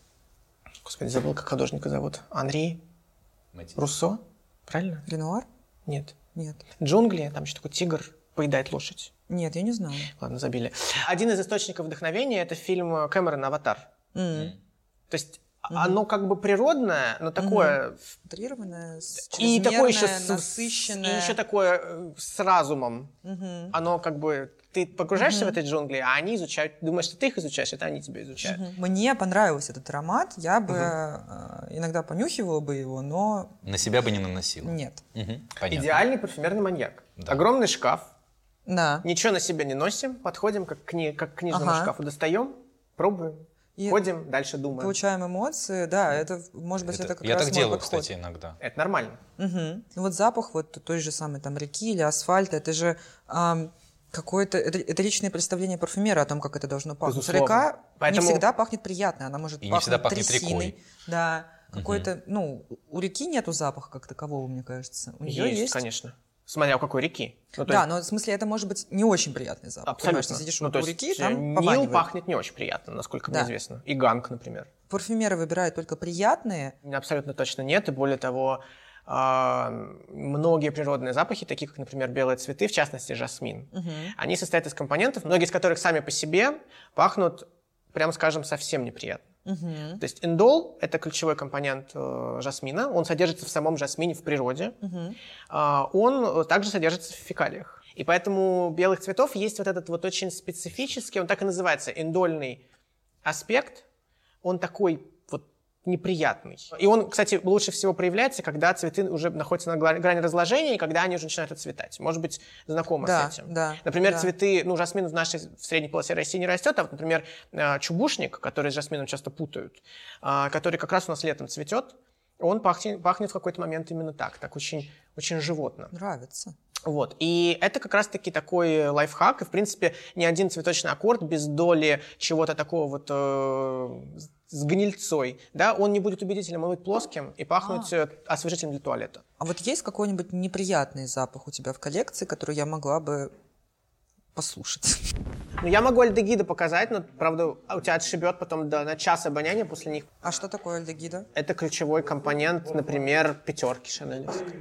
Господи, забыл, как художника зовут. Анри Руссо? Правильно? Ренуар? Нет. Нет. Джунгли, там еще такой тигр поедает лошадь. Нет, я не знаю. Ладно, забили. Один из источников вдохновения — это фильм Кэмерона «Аватар». М. То есть оно как бы природное, но такое... Утрированное, с- И такое еще чрезмерное, с, насыщенное. и еще такое э, с разумом. Оно как бы... Ты погружаешься в эти джунгли, а они изучают... Думаешь, что ты их изучаешь, это они тебя изучают. Мгм. Мне понравился этот аромат. Я бы э, иногда понюхивала бы его, но На себя бы не наносил. нет. Мгм, понятно. Идеальный парфюмерный маньяк. Да. Огромный шкаф, Да. ничего на себя не носим, подходим как к, кни- как к книжному Ага. шкафу, достаем, пробуем, И ходим, дальше думаем. Получаем эмоции, да, это, может быть, это, Это- как я раз так мой делаю, подход. кстати, иногда. Это нормально. Мгм. Ну вот запах вот той же самой там реки или асфальта, это же ам, какое-то, это, это личное представление парфюмера о том, как это должно пахнуть. Безусловно. Река Поэтому- не всегда пахнет приятно, она может И не пахнуть всегда пахнет трясиной. рекой. Да, какой-то, ну, у реки нету запаха как такового, мне кажется. У нее Есть, есть. конечно. Смотря у какой реки. Ну, то Да, есть- но в смысле это может быть не очень приятный запах. Понимаешь, Абсолютно. ты сидишь Ну, у то у есть, реки, э, там Нил пованивает. пахнет не очень приятно, насколько Да. мне известно. И Ганг, например. Парфюмеры выбирают только приятные. Абсолютно точно нет. И более того, а, многие природные запахи, такие как, например, белые цветы, в частности, жасмин, они состоят из компонентов, многие из которых сами по себе пахнут, прямо скажем, совсем неприятно. Мгм. То есть индол — это ключевой компонент э, жасмина. Он содержится в самом жасмине в природе. Мгм. А, он также содержится в фекалиях. И поэтому у белых цветов есть вот этот вот очень специфический, он так и называется, индольный аспект. Он такой вот неприятный. И он, кстати, лучше всего проявляется, когда цветы уже находятся на гла- грани разложения, и когда они уже начинают отцветать. Может быть, знакомо Да, с этим. да, Например, да. цветы, ну, жасмин в нашей в средней полосе России не растет, а вот, например, э, чубушник, который с жасмином часто путают, а, который как раз у нас летом цветет, он пахнет, пахнет в какой-то момент именно так, так очень, очень животно. Нравится. Вот. И это как раз-таки такой лайфхак. И, в принципе, ни один цветочный аккорд без доли чего-то такого вот э, с гнильцой, да, он не будет убедительным, он будет плоским и пахнуть э, освежителем для туалета. А вот есть какой-нибудь неприятный запах у тебя в коллекции, который я могла бы послушать? Ну, я могу альдегиды показать, но, правда, у тебя отшибет потом до, на час обоняния после них. А что такое альдегида? Это ключевой компонент, например, пятерки шанелевской.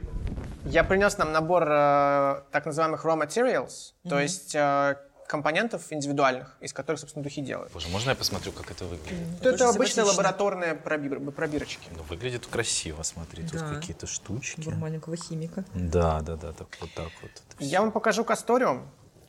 Я принес нам набор э, так называемых raw materials, то есть э, компонентов индивидуальных, из которых, собственно, духи делают. Боже, можно я посмотрю, как это выглядит? Это, очень обычные симпатично. лабораторные пробир- пробирочки. Ну, выглядит красиво, смотри, тут Да. какие-то штучки. Двор маленького химика. Да, да, да, так вот так вот. Это Я вам покажу касториум.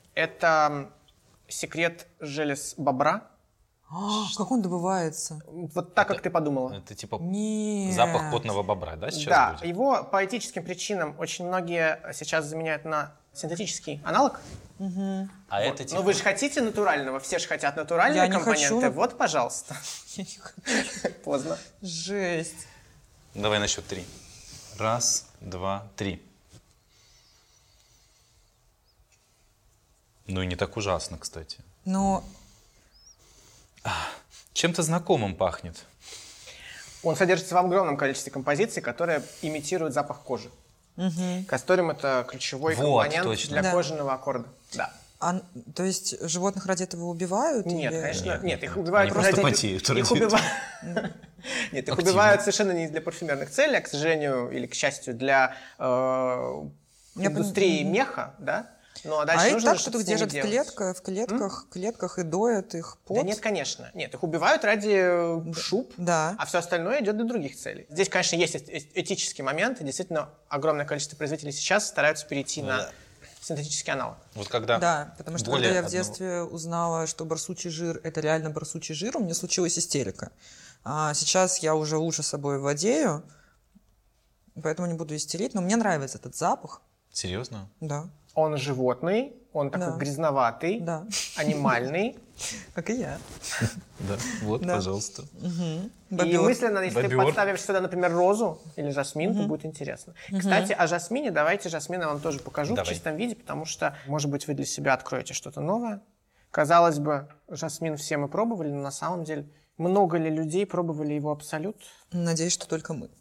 Это секрет желез бобра. А, как он добывается? Вот так, как ты подумала. Это типа Нет. запах потного бобра, да, сейчас Да, будет? его по этическим причинам очень многие сейчас заменяют на Синтетический аналог? Угу. А Вот. это типа... Но вы же хотите натурального, все же хотят натуральные Я не компоненты. хочу. Вот, пожалуйста. Я не хочу. Поздно. Жесть. Давай на счет три. Раз, два, три. Ну и не так ужасно, кстати. Но Чем-то знакомым пахнет. Он содержится в огромном количестве композиций, которые имитируют запах кожи. Угу. Касториум — это ключевой Вот, компонент точно. для Да. кожаного аккорда. Да. А, то есть животных ради этого убивают? Нет, или- конечно, Нет, нет, нет, их нет. убивают Они просто ради- потеют Их ради этого. убивают. Нет, их Активно. убивают совершенно не для парфюмерных целей, а, к сожалению, или к счастью, для э, Я индустрии пон- меха, да? Ну, а дальше А их нужно так что-то что-то с ними держат в делать. клетках, в клетках, клетках и доят их под. Да нет, конечно. Нет, их убивают ради э, шуб, Да. а все остальное идет для других целей. Здесь, конечно, есть эс- эс- этический момент, и действительно огромное количество производителей сейчас стараются перейти на синтетический аналог. Вот когда Да, потому что более когда я в одного- детстве узнала, что барсучий жир – это реально барсучий жир, у меня случилась истерика. А сейчас я уже лучше собой владею, поэтому не буду истерить, но мне нравится этот запах. Серьезно? Да, Он животный, он такой Да. грязноватый, да, анимальный. как и я. Да. Вот, Да. пожалуйста. И Бобер. мысленно, если ты Бобер. подставишь сюда, например, розу или жасмин, то будет интересно. Кстати, о жасмине, давайте жасмин я вам тоже покажу Давай. в чистом виде, потому что, может быть, вы для себя откроете что-то новое. Казалось бы, жасмин все мы пробовали, но на самом деле много ли людей пробовали его абсолют? Надеюсь, что только мы.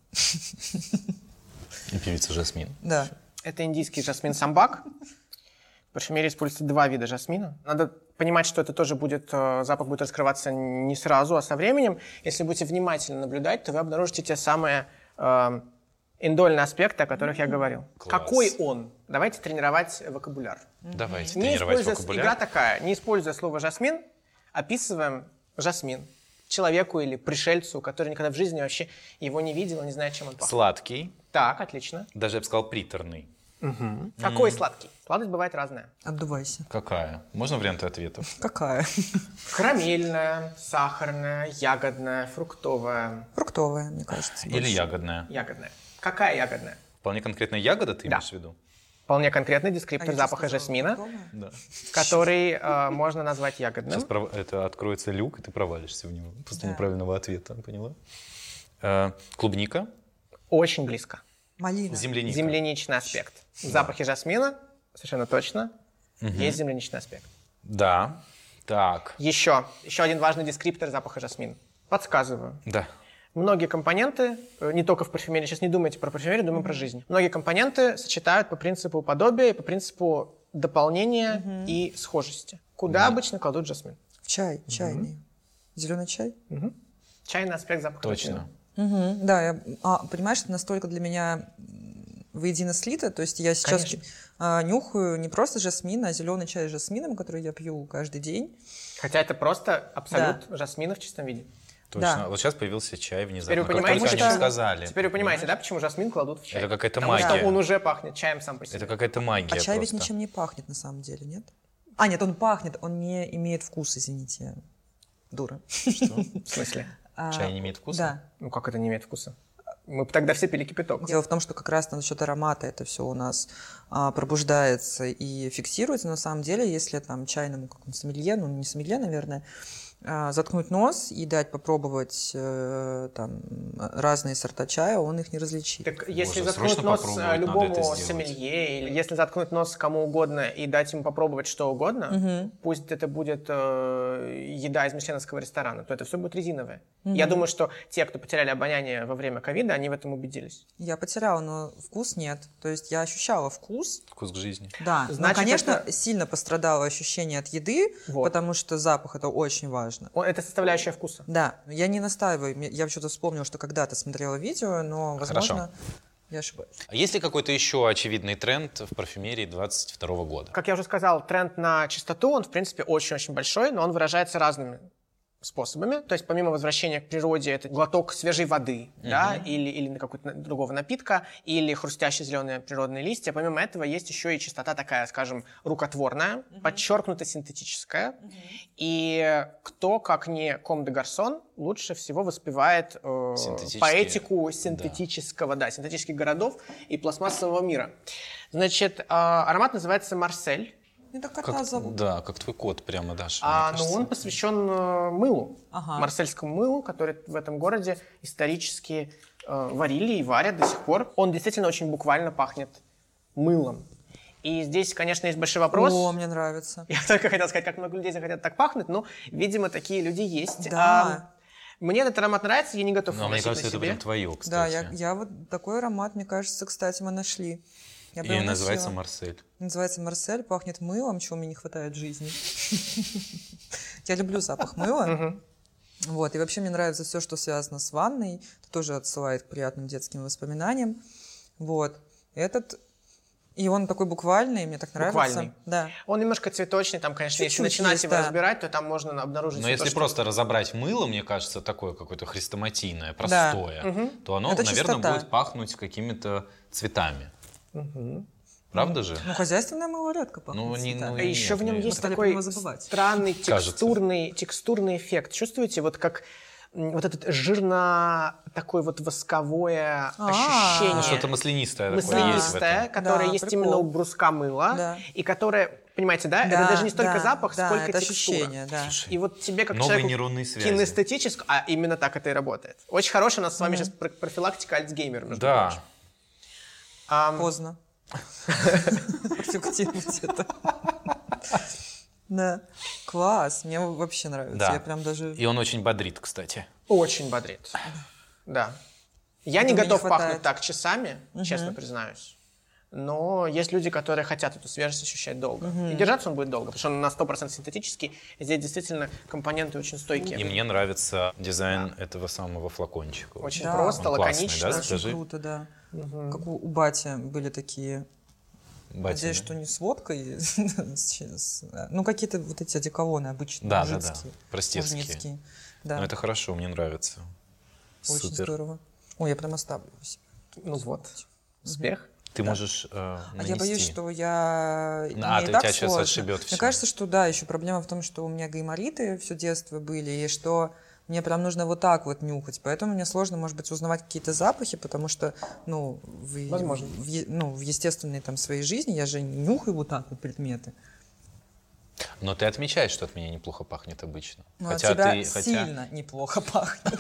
И певица Жасмин. Да. Это индийский жасмин самбак. В парфюмерии используются два вида жасмина. Надо понимать, что это тоже будет, э, запах будет раскрываться не сразу, а со временем. Если будете внимательно наблюдать, то вы обнаружите те самые э, индольные аспекты, о которых я говорил. Класс. Какой он? Давайте тренировать вокабуляр. Давайте Не тренировать используя, вокабуляр. игра такая, не используя слово «жасмин», описываем жасмин человеку или пришельцу, который никогда в жизни вообще его не видел, не знает, чем он пахнет. Сладкий, Так, отлично. даже я бы сказал приторный. Какой сладкий? Сладость бывает разная. Отдувайся. Какая? Можно варианты ответов? Какая? Карамельная, сахарная, ягодная, фруктовая, Фруктовая, мне кажется. Или больше. ягодная? ягодная. Какая ягодная? Вполне конкретно ягода ты Да. имеешь в виду? Вполне конкретный А дескриптор я что запаха сказала? жасмина, Фруктовая? Да. который э, можно назвать ягодным. Сейчас пров- это откроется люк, и ты провалишься в него после Да. неправильного ответа, поняла? Э, клубника, Очень близко. Малина. земляника. Земляничный аспект. В запахе жасмина, совершенно точно, есть земляничный аспект. Да. Так. Еще, еще один важный дескриптор запаха жасмина. Подсказываю. Да. Многие компоненты, э, не только в парфюмерии, сейчас не думайте про парфюмерию, думаем про жизнь. Многие компоненты сочетают по принципу подобия и по принципу дополнения и схожести. Куда обычно кладут жасмин? В чай, чайный. Зеленый чай? Чайный аспект запаха Точно. жасмина. Мгм, да, я, а, понимаешь, это настолько для меня м, воедино слито, то есть я сейчас Конечно. а, нюхаю не просто жасмин, а зеленый чай с жасмином, который я пью каждый день. Хотя это просто абсолют жасмина в чистом виде. Точно. Да. Вот сейчас появился чай внезапно. Теперь вы как понимаете, только что- они сказали. Теперь вы понимаете, да, почему жасмин кладут в чай? Это какая-то Потому магия. что он уже пахнет чаем сам по себе. Это какая-то магия А чай ведь просто. ничем не пахнет на самом деле, нет? А, нет, он пахнет, он не имеет вкуса, извините, я дура. В смысле? А, Чай не имеет вкуса? Да. Ну как это не имеет вкуса? Мы бы тогда все пили кипяток. Дело в том, что как раз на счет аромата это все у нас а, пробуждается и фиксируется. Но на самом деле, если там чайному какому-то сомелье, ну не сомелье, наверное, а, заткнуть нос и дать попробовать э, там разные сорта чая, он их не различит. Так если Боже, заткнуть срочно нос попробовать э, надо любому это сделать. сомелье, или если заткнуть нос кому угодно и дать ему попробовать что угодно, пусть это будет э, еда из мишленовского ресторана, то это все будет резиновое. Я думаю, что те, кто потеряли обоняние во время ковида, они в этом убедились. Я потеряла, но вкус нет. То есть я ощущала вкус, Вкус к жизни. да. Значит, но, конечно, это- сильно пострадало ощущение от еды, Вот. потому что запах это очень важно. О, Это составляющая вкуса. Да, я не настаиваю. Мне- Я что-то вспомнила, что когда-то смотрела видео, но, возможно, Хорошо. я ошибаюсь. А есть ли какой-то еще очевидный тренд в парфюмерии двадцать второго года? Как я уже сказал, тренд на чистоту, он, в принципе, очень-очень большой, но он выражается разными способами. То есть помимо возвращения к природе, это глоток свежей воды, uh-huh. да, или, или какого-то другого напитка, или хрустящие зеленые природные листья. Помимо этого есть еще и чистота такая, скажем, рукотворная, uh-huh. подчеркнуто синтетическая. Uh-huh. И кто, как не Ком де Гарсон, лучше всего воспевает э, поэтику синтетического, да. да, синтетических городов и пластмассового мира. Значит, э, аромат называется «Марсель». Это кота как, зовут. Да, как твой кот прямо, Даша. А, ну, он посвящен э, мылу, ага. марсельскому мылу, который в этом городе исторически э, варили и варят до сих пор. Он действительно очень буквально пахнет мылом. И здесь, конечно, есть большой вопрос. О, мне нравится. Я только хотел сказать, как много людей захотят так пахнуть, но, видимо, такие люди есть. Да. А, мне этот аромат нравится, я не готов Но мне кажется, на это себе. прям твое, кстати. Да, я, я вот такой аромат, мне кажется, кстати, мы нашли. Я И прям называется носила. Марсель. Называется Марсель, пахнет мылом, чего мне не хватает в жизни. Я люблю запах мыла. Вот, и вообще мне нравится все, что связано с ванной. Это тоже отсылает к приятным детским воспоминаниям. Вот. Этот... И он такой буквальный, мне так нравится. Буквальный. Да. Он немножко цветочный, там, конечно, Чуть-чуть если начинать есть, его да. разбирать, то там можно обнаружить... Но всё если то, что- просто разобрать мыло, мне кажется, такое какое-то хрестоматийное, простое, Мгм. то оно, Это наверное, чистота. будет пахнуть какими-то цветами. Правда же? Ну, хозяйственное мыло редко пахнет Ну, не- цветами. ну, А еще в нем Нет, есть стали такой прямо забывать. странный Кажется. текстурный, текстурный эффект. Чувствуете, вот как м, вот этот жирно такое вот восковое А, ощущение. Ну, что-то маслянистое такое есть в Маслянистое, этом. которое Да, есть прикол. именно у бруска мыла, Да. и которое, понимаете, да, Да, это даже не столько да, запах, да, сколько это текстура. ощущение, да. И вот тебе как Новые человеку нейронные связи. кинестетически, а именно так это и работает. Очень хорошая у нас с вами сейчас про- профилактика Альцгеймера, между Да. прочим. Ам, Поздно. Профилактировать это. Да. Класс. Мне вообще нравится. Да. Я прям даже... И он очень бодрит, кстати. Очень бодрит. Да. Я Это не мне готов не пахнуть хватает. так часами, честно признаюсь. Но есть люди, которые хотят эту свежесть ощущать долго. И держаться он будет долго, потому что он на сто процентов синтетический. И здесь действительно компоненты очень стойкие. И мне нравится дизайн этого самого флакончика. Очень Да. просто, Он классный, лаконично. да? Очень Скажи. круто, да. Как у, у Бати были такие... Батя, Надеюсь, да? что не с водкой. с- Ну, какие-то вот эти одеколоны обычные, Да, да, да. мужицкие. Простецкие. мужницкие. Да, Ну, это хорошо, мне нравится. очень Супер. здорово. Ой, я прям оставлю его себе. Ну вот. Успех. Ты можешь э, А нанести. я боюсь, что я... А, мне ты- и так тебя сейчас сложно. отшибет Мне всё. кажется, что да, еще проблема в том, что у меня гаймориты все детство были, и что мне прям нужно вот так вот нюхать. Поэтому мне сложно, может быть, узнавать какие-то запахи, потому что, ну, в, Возможно. в, е- ну, в естественной там своей жизни я же не нюхаю вот так вот предметы. Но ты отмечаешь, что от меня неплохо пахнет обычно. Ну, хотя от тебя ты, хотя... сильно неплохо пахнет.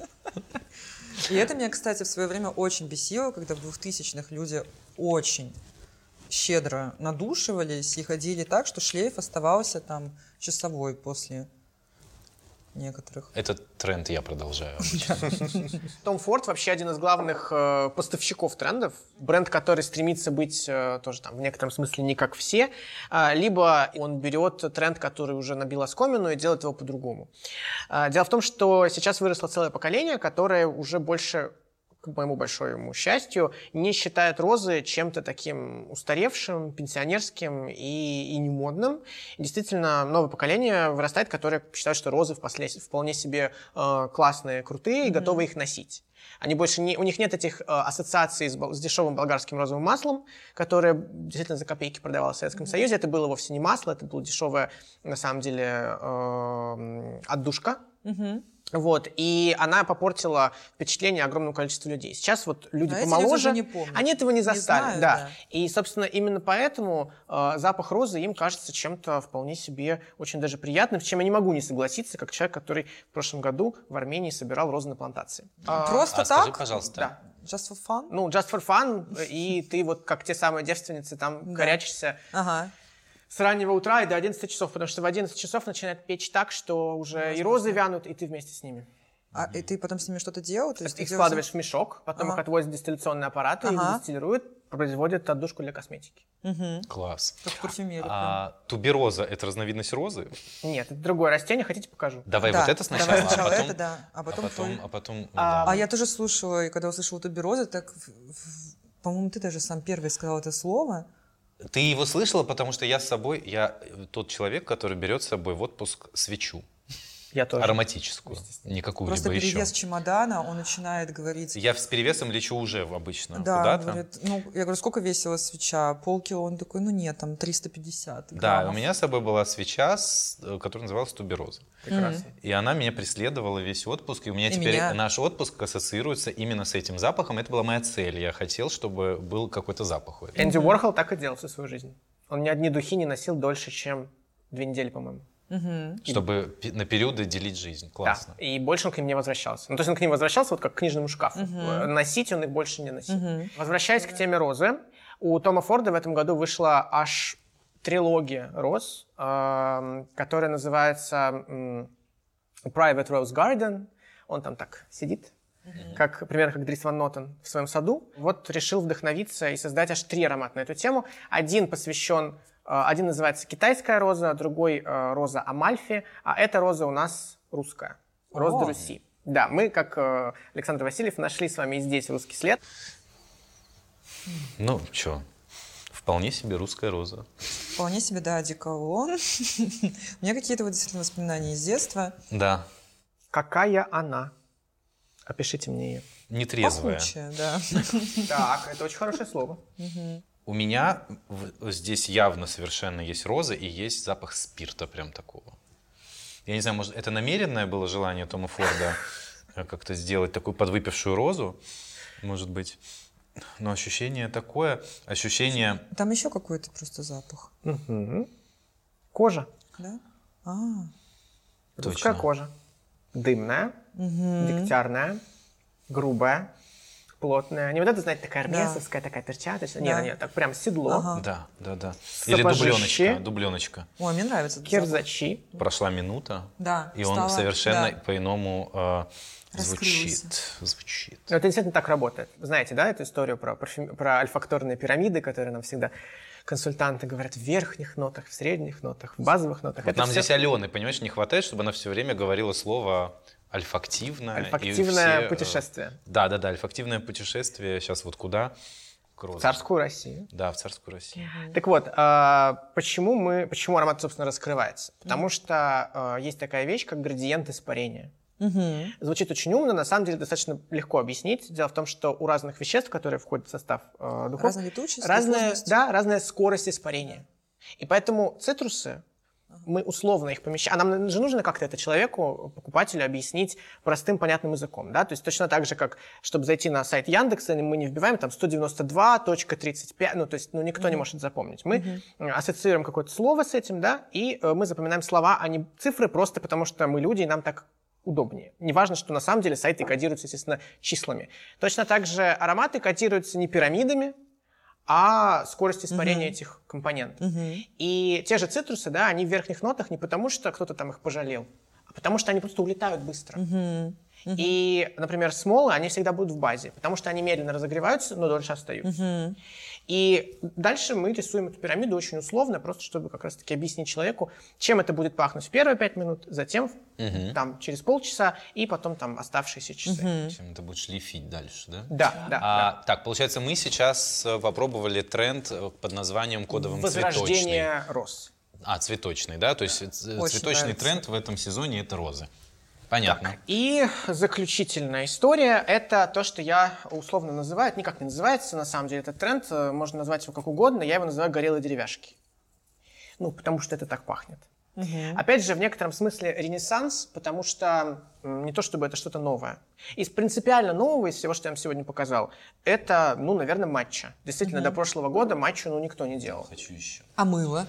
И это меня, кстати, в свое время очень бесило, когда в двухтысячных люди очень щедро надушивались и ходили так, что шлейф оставался там часовой после некоторых. Этот тренд я продолжаю. Том Форд вообще один из главных э, поставщиков трендов. Бренд, который стремится быть э, тоже там в некотором смысле не как все. А, либо он берет тренд, который уже набил оскомину, и делает его по-другому. А, дело в том, что сейчас выросло целое поколение, которое уже больше, к моему большому счастью, не считает розы чем-то таким устаревшим, пенсионерским и, и немодным. И действительно, новое поколение вырастает, которое считает, что розы впосле- вполне себе э, классные, крутые и готовы их носить. Они больше не, у них нет этих э, ассоциаций с, бол- с дешевым болгарским розовым маслом, которое действительно за копейки продавалось в Советском Союзе. Это было вовсе не масло, это была дешевая, на самом деле, э, отдушка. Вот, и она попортила впечатление огромному количеству людей. Сейчас вот люди А эти помоложе, люди уже не помнят. они этого не Не застали. знают, да. да. И, собственно, именно поэтому э, запах розы им кажется чем-то вполне себе очень даже приятным, с чем я не могу не согласиться, как человек, который в прошлом году в Армении собирал розы на плантации. А, Просто А скажи, так? пожалуйста, да. Just for fun? Ну, just for fun, и ты вот как те самые девственницы там Да. корячишься Ага. с раннего утра и до одиннадцати часов, потому что в одиннадцать часов начинает печь так, что уже и розы вянут, и ты вместе с ними. А и ты потом с ними что-то делал? То есть Их ты складываешь в мешок, потом Ага. их отвозят в дистилляционные аппараты, их Ага. дистиллируют, производят отдушку для косметики. класс. Как парфюмерия. А тубероза — это разновидность розы? Нет, это другое растение, хотите покажу? Давай Да, вот это сначала, давай сначала а потом, это, да, а потом твой. а потом, А, да. А я тоже слушала, и когда услышала туберозу, так, в- в- по-моему, ты даже сам первый сказал это слово. Ты его слышала, потому что я с собой, я тот человек, который берет с собой в отпуск свечу. Я тоже. Ароматическую, не какую-либо Просто еще. перевес чемодана, он начинает говорить... Я с перевесом лечу уже обычно Да, куда-то. говорит, ну, я говорю, сколько весила свеча? Полкило. Он такой, ну нет, там триста пятьдесят Да, граммов. у меня с собой была свеча, с- которая называлась тубероза. Прекрасно. И она меня преследовала весь отпуск. И у меня И теперь меня. наш отпуск ассоциируется именно с этим запахом. Это была моя цель. Я хотел, чтобы был какой-то запах у этого. Энди Уорхол так и делал всю свою жизнь. Он ни одни духи не носил дольше, чем две недели, по-моему. Чтобы пи- на периоды делить жизнь. Классно. Да, и больше он к ним не возвращался. Ну, то есть он к ним возвращался вот как к книжному шкафу. Uh-huh. Носить он их больше не носил. Uh-huh. Возвращаясь к теме розы, у Тома Форда в этом году вышла аж трилогия роз, э, которая называется э, Private Rose Garden. Он там так сидит, uh-huh. как, примерно как Дрис Ван Нотен в своем саду. Вот решил вдохновиться и создать аж три аромата на эту тему. Один посвящен Один называется китайская роза, другой э, роза Амальфи, а эта роза у нас русская, роза де Руси. Да, мы, как э, Александр Васильев, нашли с вами и здесь русский след. Ну, что, вполне себе русская роза. Вполне себе, да, одеколон. У меня какие-то вот действительно воспоминания из детства. Да, Какая она? Опишите мне ее. нетрезвая. Пахучая, да. Так, это очень хорошее слово. У меня в- здесь явно совершенно есть роза и есть запах спирта прям такого. Я не знаю, может, это намеренное было желание Тома Форда э, как-то сделать такую подвыпившую розу, может быть. Но ощущение такое, ощущение... Там еще какой-то просто запах, Мгм. Кожа. да? А, Русская Точно. кожа. Дымная, дегтярная, грубая, плотная. Не вот это, знаете, такая армесовская, такая перчаточная. Нет, Да. нет, так прям седло. Ага. Да, да, да. Или Сапожищи. дубленочка, дубленочка. ой, мне нравится этот запах. Кирзачи. Прошла минута, Да, и он стало- совершенно да. по-иному э, Раскрылся. звучит. Звучит. Ну, это действительно так работает. Вы знаете, да, эту историю про, парфюм- про альфакторные пирамиды, которые нам всегда консультанты говорят в верхних нотах, в средних нотах, в базовых нотах. Вот Это нам всё- здесь Алены, понимаешь, не хватает, чтобы она все время говорила слово альфактивное. и Альфактивное все, э, путешествие. Да, да, да, альфактивное путешествие. Сейчас вот куда? К розам. Царскую Россию. Да, в царскую Россию. Так вот, а, почему мы, почему аромат, собственно, раскрывается? Потому что а, есть такая вещь, как градиент испарения. Звучит очень умно, на самом деле достаточно легко объяснить. Дело в том, что у разных веществ, которые входят в состав э, духов, Разная летучесть, разная, диффузность. да, разная скорость испарения. И поэтому цитрусы, мы условно их помещаем. А нам же нужно как-то это человеку, покупателю, объяснить простым, понятным языком. Да? То есть точно так же, как чтобы зайти на сайт Яндекса, мы не вбиваем там сто девяносто два точка тридцать пять, ну то есть ну, никто mm-hmm. не может запомнить. Мы mm-hmm. ассоциируем какое-то слово с этим, да, и э, мы запоминаем слова, а не цифры, просто потому что мы люди, и нам так удобнее. Неважно, что на самом деле сайты кодируются, естественно, числами. Точно так же ароматы кодируются не пирамидами, а скорость испарения uh-huh. этих компонентов. Uh-huh. И те же цитрусы, да, они в верхних нотах не потому, что кто-то там их пожалел, а потому что они просто улетают быстро. Uh-huh. Uh-huh. И, например, смолы, они всегда будут в базе, потому что они медленно разогреваются, но дольше остаются. Uh-huh. И дальше мы рисуем эту пирамиду очень условно, просто чтобы как раз-таки объяснить человеку, чем это будет пахнуть в первые пять минут, затем uh-huh. там, через полчаса и потом там оставшиеся часы. Uh-huh. Чем это будет шлифить дальше, да? Да, да, а, да. Так, получается, мы сейчас попробовали тренд под названием кодовым Возрождение цветочный. роз. А, цветочный, да? То есть Очень цветочный нравится. тренд в этом сезоне — это розы. Понятно. Так, и заключительная история – это то, что я условно называю, это никак не называется, на самом деле этот тренд, можно назвать его как угодно, я его называю «горелые деревяшки». Ну, потому что это так пахнет. Угу. Опять же, в некотором смысле ренессанс, потому что м, не то чтобы это что-то новое. Из принципиально нового, из всего, что я вам сегодня показал, это, ну, наверное, матча. Действительно, угу. до прошлого года матчу, ну, никто не делал. Хочу еще. А мыло?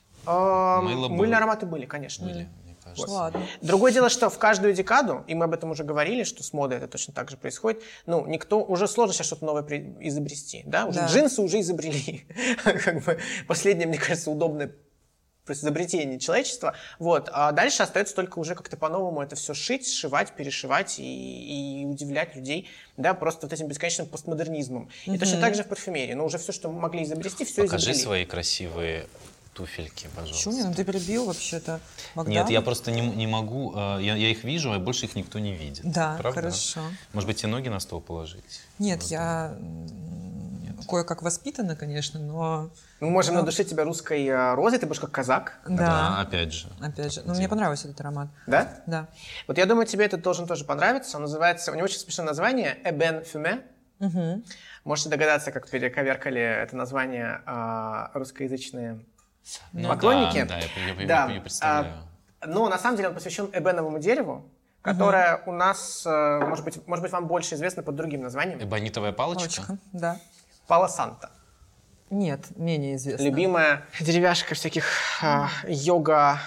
Э, Мыло мыльные было. ароматы были, конечно. Были, мне кажется. Ладно. Другое дело, что в каждую декаду, и мы об этом уже говорили, что с модой это точно так же происходит, ну, никто, уже сложно сейчас что-то новое при- изобрести, да? Уже Да. джинсы уже изобрели. Как бы последнее, мне кажется, удобное просто изобретение человечества. Вот. А дальше остается только уже как-то по-новому это все шить, сшивать, перешивать и, и удивлять людей, да, просто вот этим бесконечным постмодернизмом. И Мгм. точно так же в парфюмерии. Но уже все, что мы могли изобрести, все Покажи изобрели. свои красивые туфельки, пожалуйста. Чё мне? Ну ты перебил вообще-то. Богдан? Нет, я просто не, не могу, э, я, я их вижу, а больше их никто не видит. Да, Правда? хорошо. Может быть, тебе ноги на стол положить? Нет, Вот. я м, кое-как воспитана, конечно, но... Мы можем но... надушить тебя русской э, розой, ты будешь как казак. Да, Да, опять же. опять же. Ну, мне понравился этот аромат. Да? Да. Вот я думаю, тебе этот должен тоже понравиться. Он называется, у него очень смешное название, Ebene Fumé. Угу. Можете догадаться, как перековеркали это название э, русскоязычные Ну, поклонники. Да, да, я, я, Да. я, я представляю. А, но на самом деле он посвящен эбеновому дереву, которое у нас, э, может быть, может быть, вам больше известно под другим названием. Эбонитовая палочка? Палочка, да. Пало Санта. Нет, менее известно. Любимая деревяшка всяких э, йога,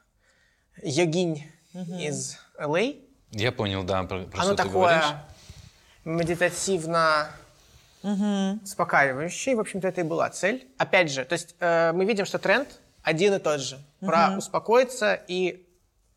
йогинь из Эл Эй. Я понял, да, про, про Оно что ты такое говоришь. медитативно успокаивающее. В общем-то, это и была цель. Опять же, то есть э, мы видим, что тренд один и тот же. Про успокоиться и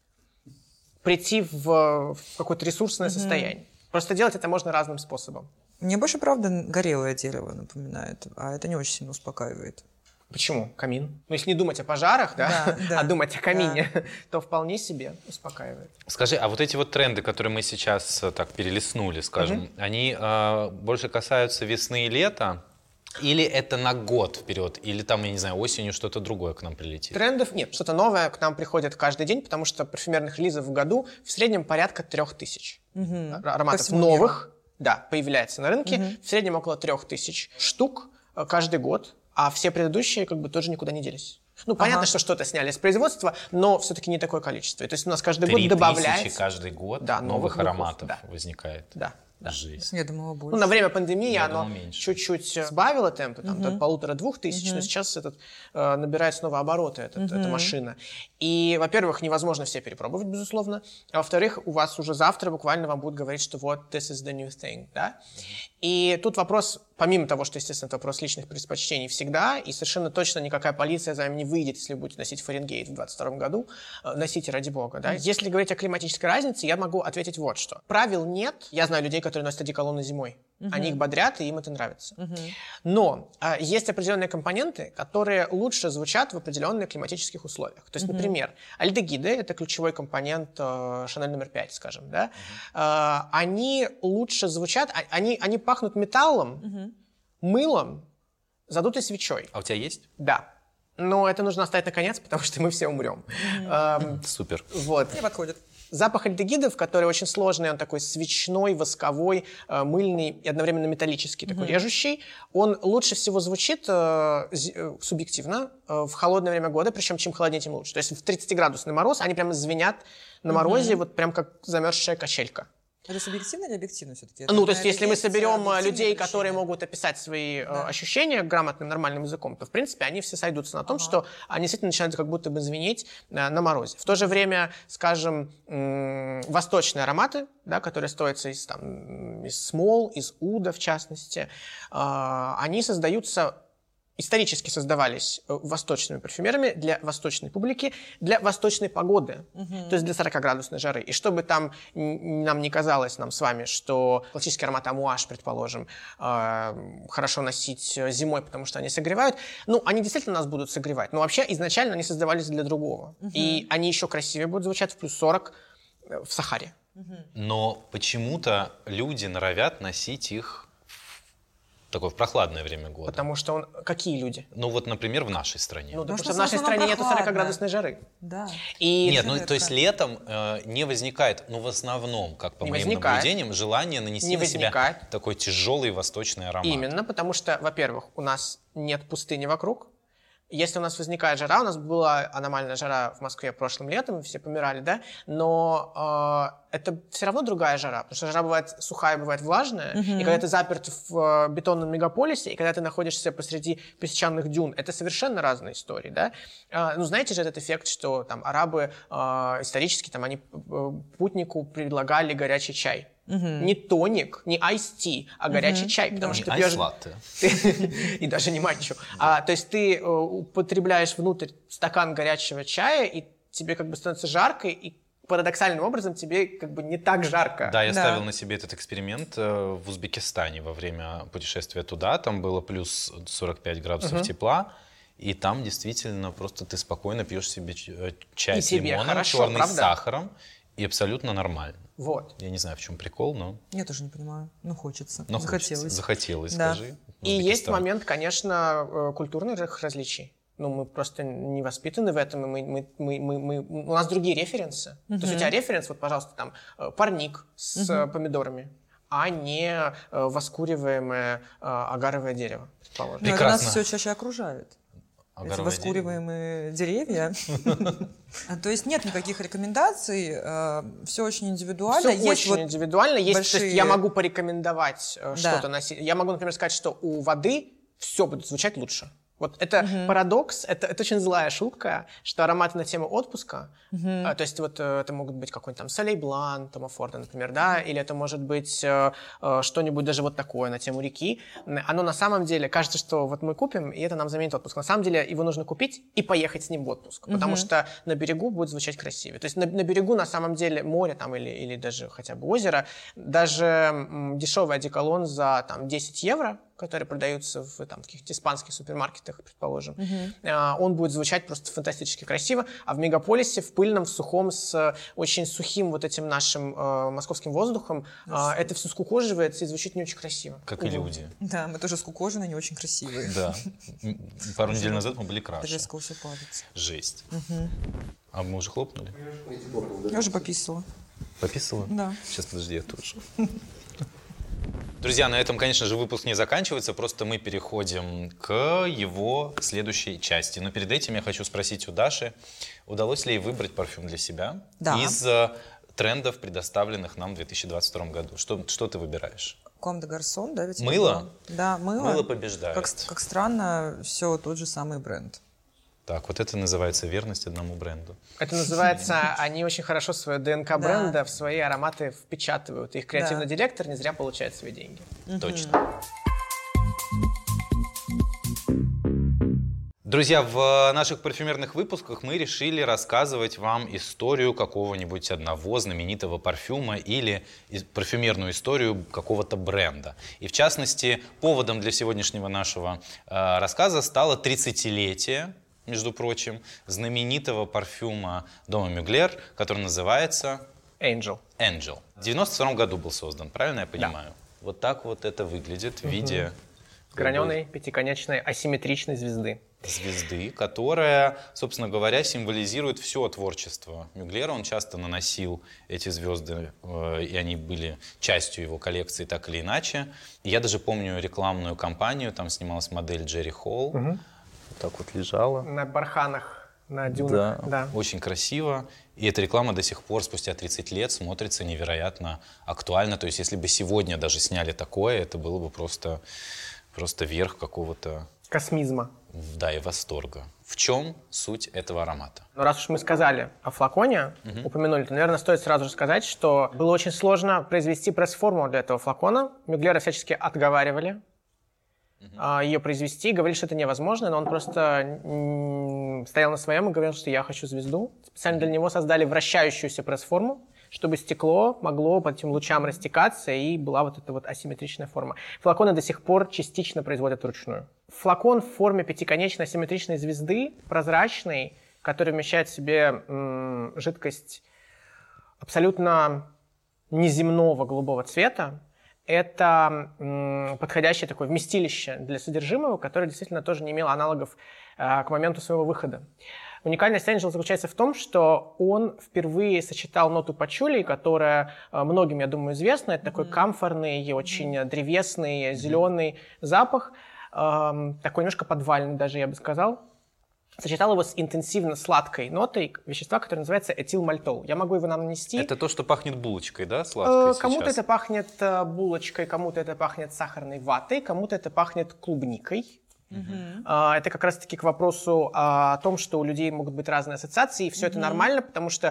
прийти в, в какое-то ресурсное состояние. Просто делать это можно разным способом. Мне больше, правда, горелое дерево напоминает, а это не очень сильно успокаивает. Почему? Камин. Ну, если не думать о пожарах, да, Да, да, а думать о камине, то вполне себе успокаивает. Скажи, а вот эти вот тренды, которые мы сейчас э, так перелистнули, скажем, они э, больше касаются весны и лета? Или это на год вперед? Или там, я не знаю, осенью что-то другое к нам прилетит? Трендов нет. Что-то новое к нам приходит каждый день, потому что парфюмерных релизов в году в среднем порядка трех тысяч. Ароматов всему новых, да, появляется на рынке. В среднем около трех тысяч штук э, каждый год. А все предыдущие как бы тоже никуда не делись. Ну, понятно, Ага. что что-то сняли с производства, но все-таки не такое количество. И то есть у нас каждый год Три добавляется... тысячи каждый год Да, новых, новых духов, ароматов да. возникает. Да, да. Жизнь. Я думала, больше. Ну, на время пандемии Я оно думал, меньше. чуть-чуть сбавило темпы, там, до полутора-двух тысяч, но сейчас этот, э, набирает снова обороты этот, эта машина. И, во-первых, невозможно все перепробовать, безусловно. А во-вторых, у вас уже завтра буквально вам будут говорить, что вот, this is the new thing, да? И тут вопрос, помимо того, что, естественно, это вопрос личных предпочтений всегда, и совершенно точно никакая полиция за вами не выйдет, если вы будете носить Фаренгейт в двадцать втором году. Э, Носите, ради бога, да? Если говорить о климатической разнице, я могу ответить вот что. Правил нет. Я знаю людей, которые носят одеколоны зимой. Они их бодрят, и им это нравится. Но а, есть определенные компоненты, которые лучше звучат в определенных климатических условиях. То есть, например, альдегиды — это ключевой компонент э, Шанель номер пять, скажем, да? Э, они лучше звучат, а- они, они пахнут металлом, мылом, задутой свечой. А у тебя есть? Да. Но это нужно оставить на конец, потому что мы все умрем. Эм, Супер. вот. Мне подходит. Запах альдегидов, который очень сложный, он такой свечной, восковой, э, мыльный и одновременно металлический, такой режущий. Он лучше всего звучит э, зи- э, субъективно э, в холодное время года, причем чем холоднее, тем лучше. То есть в тридцатиградусный мороз они прямо звенят на морозе, вот прям как замерзшая качелька. Это субъективно или объективно все-таки? Ну, то есть, если мы соберем э, людей, которые могут описать свои э, Да. ощущения грамотным, нормальным языком, то, в принципе, они все сойдутся на том, Ага. что они действительно начинают как будто бы звенеть э, на морозе. В то же время, скажем, м, восточные ароматы, да, которые строятся из, там, из смол, из уда, в частности, э, они создаются... исторически создавались э, восточными парфюмерами для восточной публики, для восточной погоды, то есть для сорокаградусной жары. И чтобы там н- нам не казалось, нам с вами, что классический аромат амуаж, предположим, э, хорошо носить э, зимой, потому что они согревают, ну, они действительно нас будут согревать, но вообще изначально они создавались для другого. И они еще красивее будут звучать в плюс сорок э, в Сахаре. Но почему-то люди норовят носить их в такое в прохладное время года. Потому что он... Какие люди? Ну вот, например, в нашей стране. Ну, потому что что в нашей в основном стране нету прохладно. сорокаградусной жары. Да. И Нет, ну редко. то есть летом э, не возникает, ну в основном, как по Не моим возникает. наблюдениям, желание нанести Не на себя возникает. такой тяжелый восточный аромат. Именно, потому что, во-первых, у нас нет пустыни вокруг. Если у нас возникает жара, у нас была аномальная жара в Москве прошлым летом, все помирали, да, но э, это все равно другая жара, потому что жара бывает сухая, бывает влажная, и когда ты заперт в э, бетонном мегаполисе, и когда ты находишься посреди песчаных дюн, это совершенно разные истории, да. Э, ну, знаете же этот эффект, что там арабы э, исторически, там они э, путнику предлагали горячий чай. Не тоник, не айс-ти, а горячий чай, потому Не что ты пьешь... айс-латте. И даже не матчу. А, то есть ты э, употребляешь внутрь стакан горячего чая, и тебе как бы становится жарко, и парадоксальным образом тебе как бы не так жарко. Да, я Да. ставил на себе этот эксперимент э, в Узбекистане во время путешествия туда. Там было плюс сорок пять градусов тепла. И там действительно просто ты спокойно пьешь себе ч- э, чай И с тебе лимоном, хорошо, черный правда? с сахаром. и абсолютно нормально. Вот. Я не знаю, в чем прикол, но... Я тоже не понимаю. Ну, хочется. Но Захотелось. хочется. Захотелось, Да. скажи. И есть момент, конечно, культурных различий. Ну, мы просто не воспитаны в этом, и мы, мы, мы, мы, мы, у нас другие референсы. Uh-huh. То есть у тебя референс, вот, пожалуйста, там, парник с uh-huh. помидорами, а не воскуриваемое агаровое дерево, предположим. Но это нас все чаще окружает. Агаровое Эти воскуриваемые деревья. То есть нет никаких рекомендаций, все очень индивидуально. Все очень индивидуально. Я могу порекомендовать что-то носить. Я могу, например, сказать, что у воды все будет звучать лучше. Вот это uh-huh. парадокс, это, это очень злая шутка, что ароматы на тему отпуска, uh-huh. а, то есть вот это могут быть какой-нибудь там Soleil Blanc, Тома Форда, например, да, или это может быть а, а, что-нибудь даже вот такое на тему реки. Оно на самом деле, кажется, что вот мы купим, и это нам заменит отпуск. На самом деле его нужно купить и поехать с ним в отпуск, uh-huh. потому что на берегу будет звучать красивее. То есть на, на берегу на самом деле море там или, или даже хотя бы озеро, даже м, дешевый одеколон за там десять евро, которые продаются в там, каких-то испанских супермаркетах, предположим, uh-huh. он будет звучать просто фантастически красиво, а в мегаполисе, в пыльном, в сухом, с очень сухим вот этим нашим э, московским воздухом, э, это все скукоживается и звучит не очень красиво. Как и люди. Да, мы тоже скукожены, не очень красивые. Да. Пару недель назад мы были краше. Резко все падается. Жесть. А мы уже хлопнули? Я уже пописала. Пописала? Да. Сейчас, подожди, я тоже. Друзья, на этом, конечно же, выпуск не заканчивается, просто мы переходим к его следующей части. Но перед этим я хочу спросить у Даши, удалось ли ей выбрать парфюм для себя да. из э, трендов, предоставленных нам в две тысячи двадцать втором году? Что, что ты выбираешь? Comme des Garçons, да? Ведь мыло? Да, мыло. Мыло побеждает. Как, как странно, все тот же самый бренд. Так, вот это называется верность одному бренду. Это называется, они очень хорошо свою ДНК бренда да. в свои ароматы впечатывают. Их креативный да. директор не зря получает свои деньги. Угу. Точно. Друзья, в наших парфюмерных выпусках мы решили рассказывать вам историю какого-нибудь одного знаменитого парфюма или парфюмерную историю какого-то бренда. И в частности, поводом для сегодняшнего нашего э, рассказа стало тридцатилетие, между прочим, знаменитого парфюма дома Мюглер, который называется Angel. Angel. В девяносто втором году был создан, правильно я понимаю? Да. Вот так вот это выглядит в виде... Граненой, пятиконечной, асимметричной звезды. Звезды, которая, собственно говоря, символизирует все творчество Мюглера. Он часто наносил эти звезды, э, и они были частью его коллекции так или иначе. И я даже помню рекламную кампанию, там снималась модель Джерри Холл. Угу. Так вот лежала. На барханах, на дюнах. Да, да, очень красиво. И эта реклама до сих пор, спустя тридцать лет, смотрится невероятно актуально. То есть если бы сегодня даже сняли такое, это было бы просто, просто верх какого-то... Космизма. Да, и восторга. В чем суть этого аромата? Ну, раз уж мы сказали о флаконе, угу. упомянули, то, наверное, стоит сразу же сказать, что было очень сложно произвести пресс-форму для этого флакона. Мюглера всячески отговаривали Uh-huh. ее произвести, говорили, что это невозможно, но он просто м- стоял на своем и говорил, что я хочу звезду. Специально для него создали вращающуюся пресс-форму, чтобы стекло могло под этим лучам растекаться, и была вот эта вот асимметричная форма. Флаконы до сих пор частично производят вручную. Флакон в форме пятиконечной асимметричной звезды, прозрачный, который вмещает в себе м- жидкость абсолютно неземного голубого цвета, это м, подходящее такое вместилище для содержимого, которое действительно тоже не имело аналогов э, к моменту своего выхода. Уникальность Angel заключается в том, что он впервые сочетал ноту пачули, которая э, многим, я думаю, известна. Это mm-hmm. такой камфорный, очень mm-hmm. древесный, зеленый mm-hmm. запах, э, такой немножко подвальный даже, я бы сказал. Сочетал его с интенсивно сладкой нотой вещества, которое называется этилмальтол. Я могу его нам нанести. Это то, что пахнет булочкой, да, сладкой сейчас? Кому-то это пахнет булочкой, кому-то это пахнет сахарной ватой, кому-то это пахнет клубникой. Uh-huh. Это как раз-таки к вопросу о том, что у людей могут быть разные ассоциации, и все uh-huh. это нормально, потому что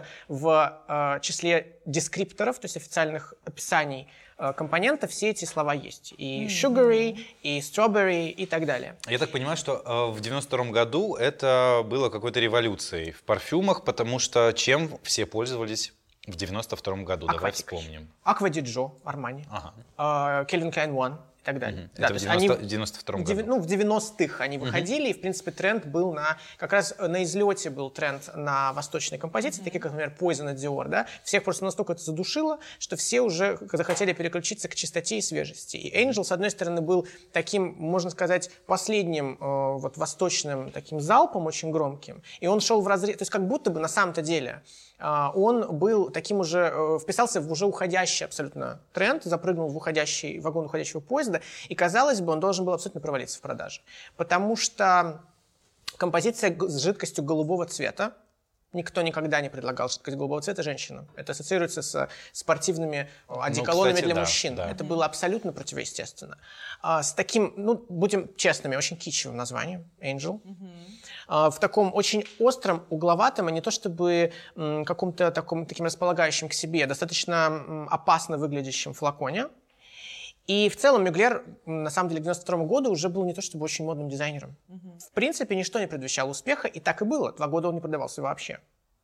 в числе дескрипторов, то есть официальных описаний компонента, все эти слова есть. И sugary, и strawberry, и так далее. Я так понимаю, что э, в девяносто втором году это было какой-то революцией в парфюмах, потому что чем все пользовались в девяносто втором году? Давай вспомним. Аква ди Джо, Армани. Ага. Calvin Klein One и так далее. Mm-hmm. Да, это в, девяносто, в девяносто втором году? Ну, в девяностых они выходили, mm-hmm. и, в принципе, тренд был на... Как раз на излете был тренд на восточные композиции, mm-hmm. такие, как, например, Poison от Dior, да? Всех просто настолько это задушило, что все уже захотели переключиться к чистоте и свежести. И Angel, с одной стороны, был таким, можно сказать, последним э, вот восточным таким залпом, очень громким, и он шел в разрез... То есть как будто бы на самом-то деле э, он был таким уже... Э, вписался в уже уходящий абсолютно тренд, запрыгнул в уходящий вагон уходящего поезда, и, казалось бы, он должен был абсолютно провалиться в продаже. Потому что композиция с жидкостью голубого цвета, никто никогда не предлагал жидкость голубого цвета женщинам. Это ассоциируется с спортивными одеколонами ну, кстати, для да, мужчин. Да. Это было абсолютно противоестественно. А, с таким, ну, будем честными, очень кичевым названием Angel. Mm-hmm. А, в таком очень остром, угловатом, а не то чтобы м, каком-то таком, таким располагающим к себе, достаточно м, опасно выглядящем флаконе. И в целом Мюглер, на самом деле, к девяносто второму году уже был не то чтобы очень модным дизайнером. Uh-huh. В принципе, ничто не предвещало успеха, и так и было. Два года он не продавался вообще.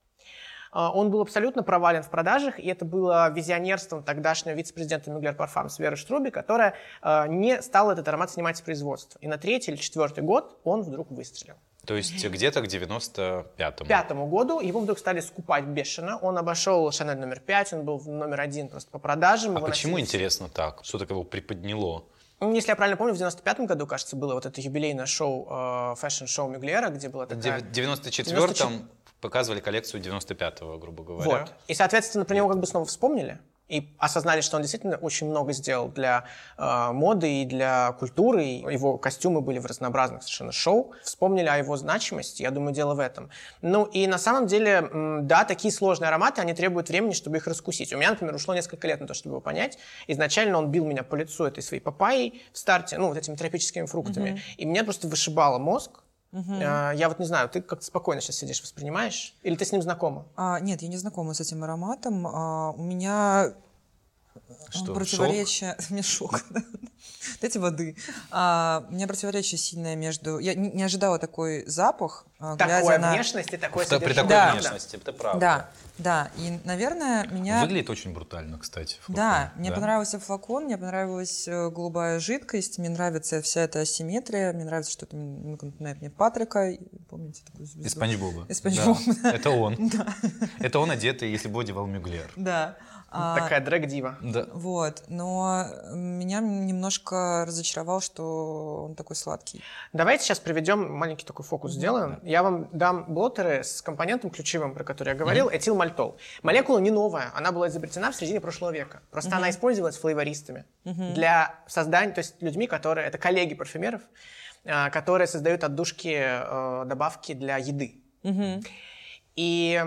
Он был абсолютно провален в продажах, и это было визионерством тогдашнего вице-президента Мюглер Парфамс Веры Штруби, которая не стала этот аромат снимать с производства. И на третий или четвертый год он вдруг выстрелил. То есть mm-hmm. где-то к девяносто пятому. пятому году его вдруг стали скупать бешено. Он обошел Шанель номер пять, он был номер один просто по продажам. А почему, носили... интересно, так? Что так его приподняло? Если я правильно помню, в девяносто пятом году, кажется, было вот это юбилейное шоу, фэшн-шоу Мюглера, где было такая... В девяносто четвёртом показывали коллекцию девяносто пятого, грубо говоря. Вот. И, соответственно, про него как бы снова вспомнили. И осознали, что он действительно очень много сделал для э, моды и для культуры. И его костюмы были в разнообразных совершенно шоу. Вспомнили о его значимости. Я думаю, дело в этом. Ну и на самом деле, м, да, такие сложные ароматы, они требуют времени, чтобы их раскусить. У меня, например, ушло несколько лет на то, чтобы его понять. Изначально он бил меня по лицу этой своей папайей в старте, ну, вот этими тропическими фруктами. Mm-hmm. И меня просто вышибало мозг. Uh-huh. Я вот не знаю, ты как-то спокойно сейчас сидишь, воспринимаешь? Или ты с ним знакома? А, нет, я не знакома с этим ароматом. А, у меня Что, противоречие... У меня шок. Дайте воды. А, у меня противоречие сильное между... Я не, не ожидала такой запах. Такой на... внешности, такой содержание. При такой да. внешности, это правда. Да, да. И, наверное, меня... Выглядит очень брутально, кстати. Флакон. Да, мне да? понравился флакон, мне понравилась голубая жидкость, мне нравится вся эта асимметрия, мне нравится, что это напоминает мне Патрика. Помните такую звезду? Из Спанч Боба. Из Спанч Боба, да. Это он. Да. Это он одетый, если бы одевал Мюглер. Да. Такая дрэг-дива. Да. Вот, но меня немножко разочаровал, что он такой сладкий. Давайте сейчас проведем маленький такой фокус, mm-hmm. сделаем. Я вам дам блотеры с компонентом ключевым, про который я говорил, mm-hmm. этилмальтол. Молекула не новая, она была изобретена в середине прошлого века. Просто mm-hmm. она использовалась флейвористами mm-hmm. для создания, то есть людьми, которые, это коллеги парфюмеров, которые создают отдушки, добавки для еды. Mm-hmm. И...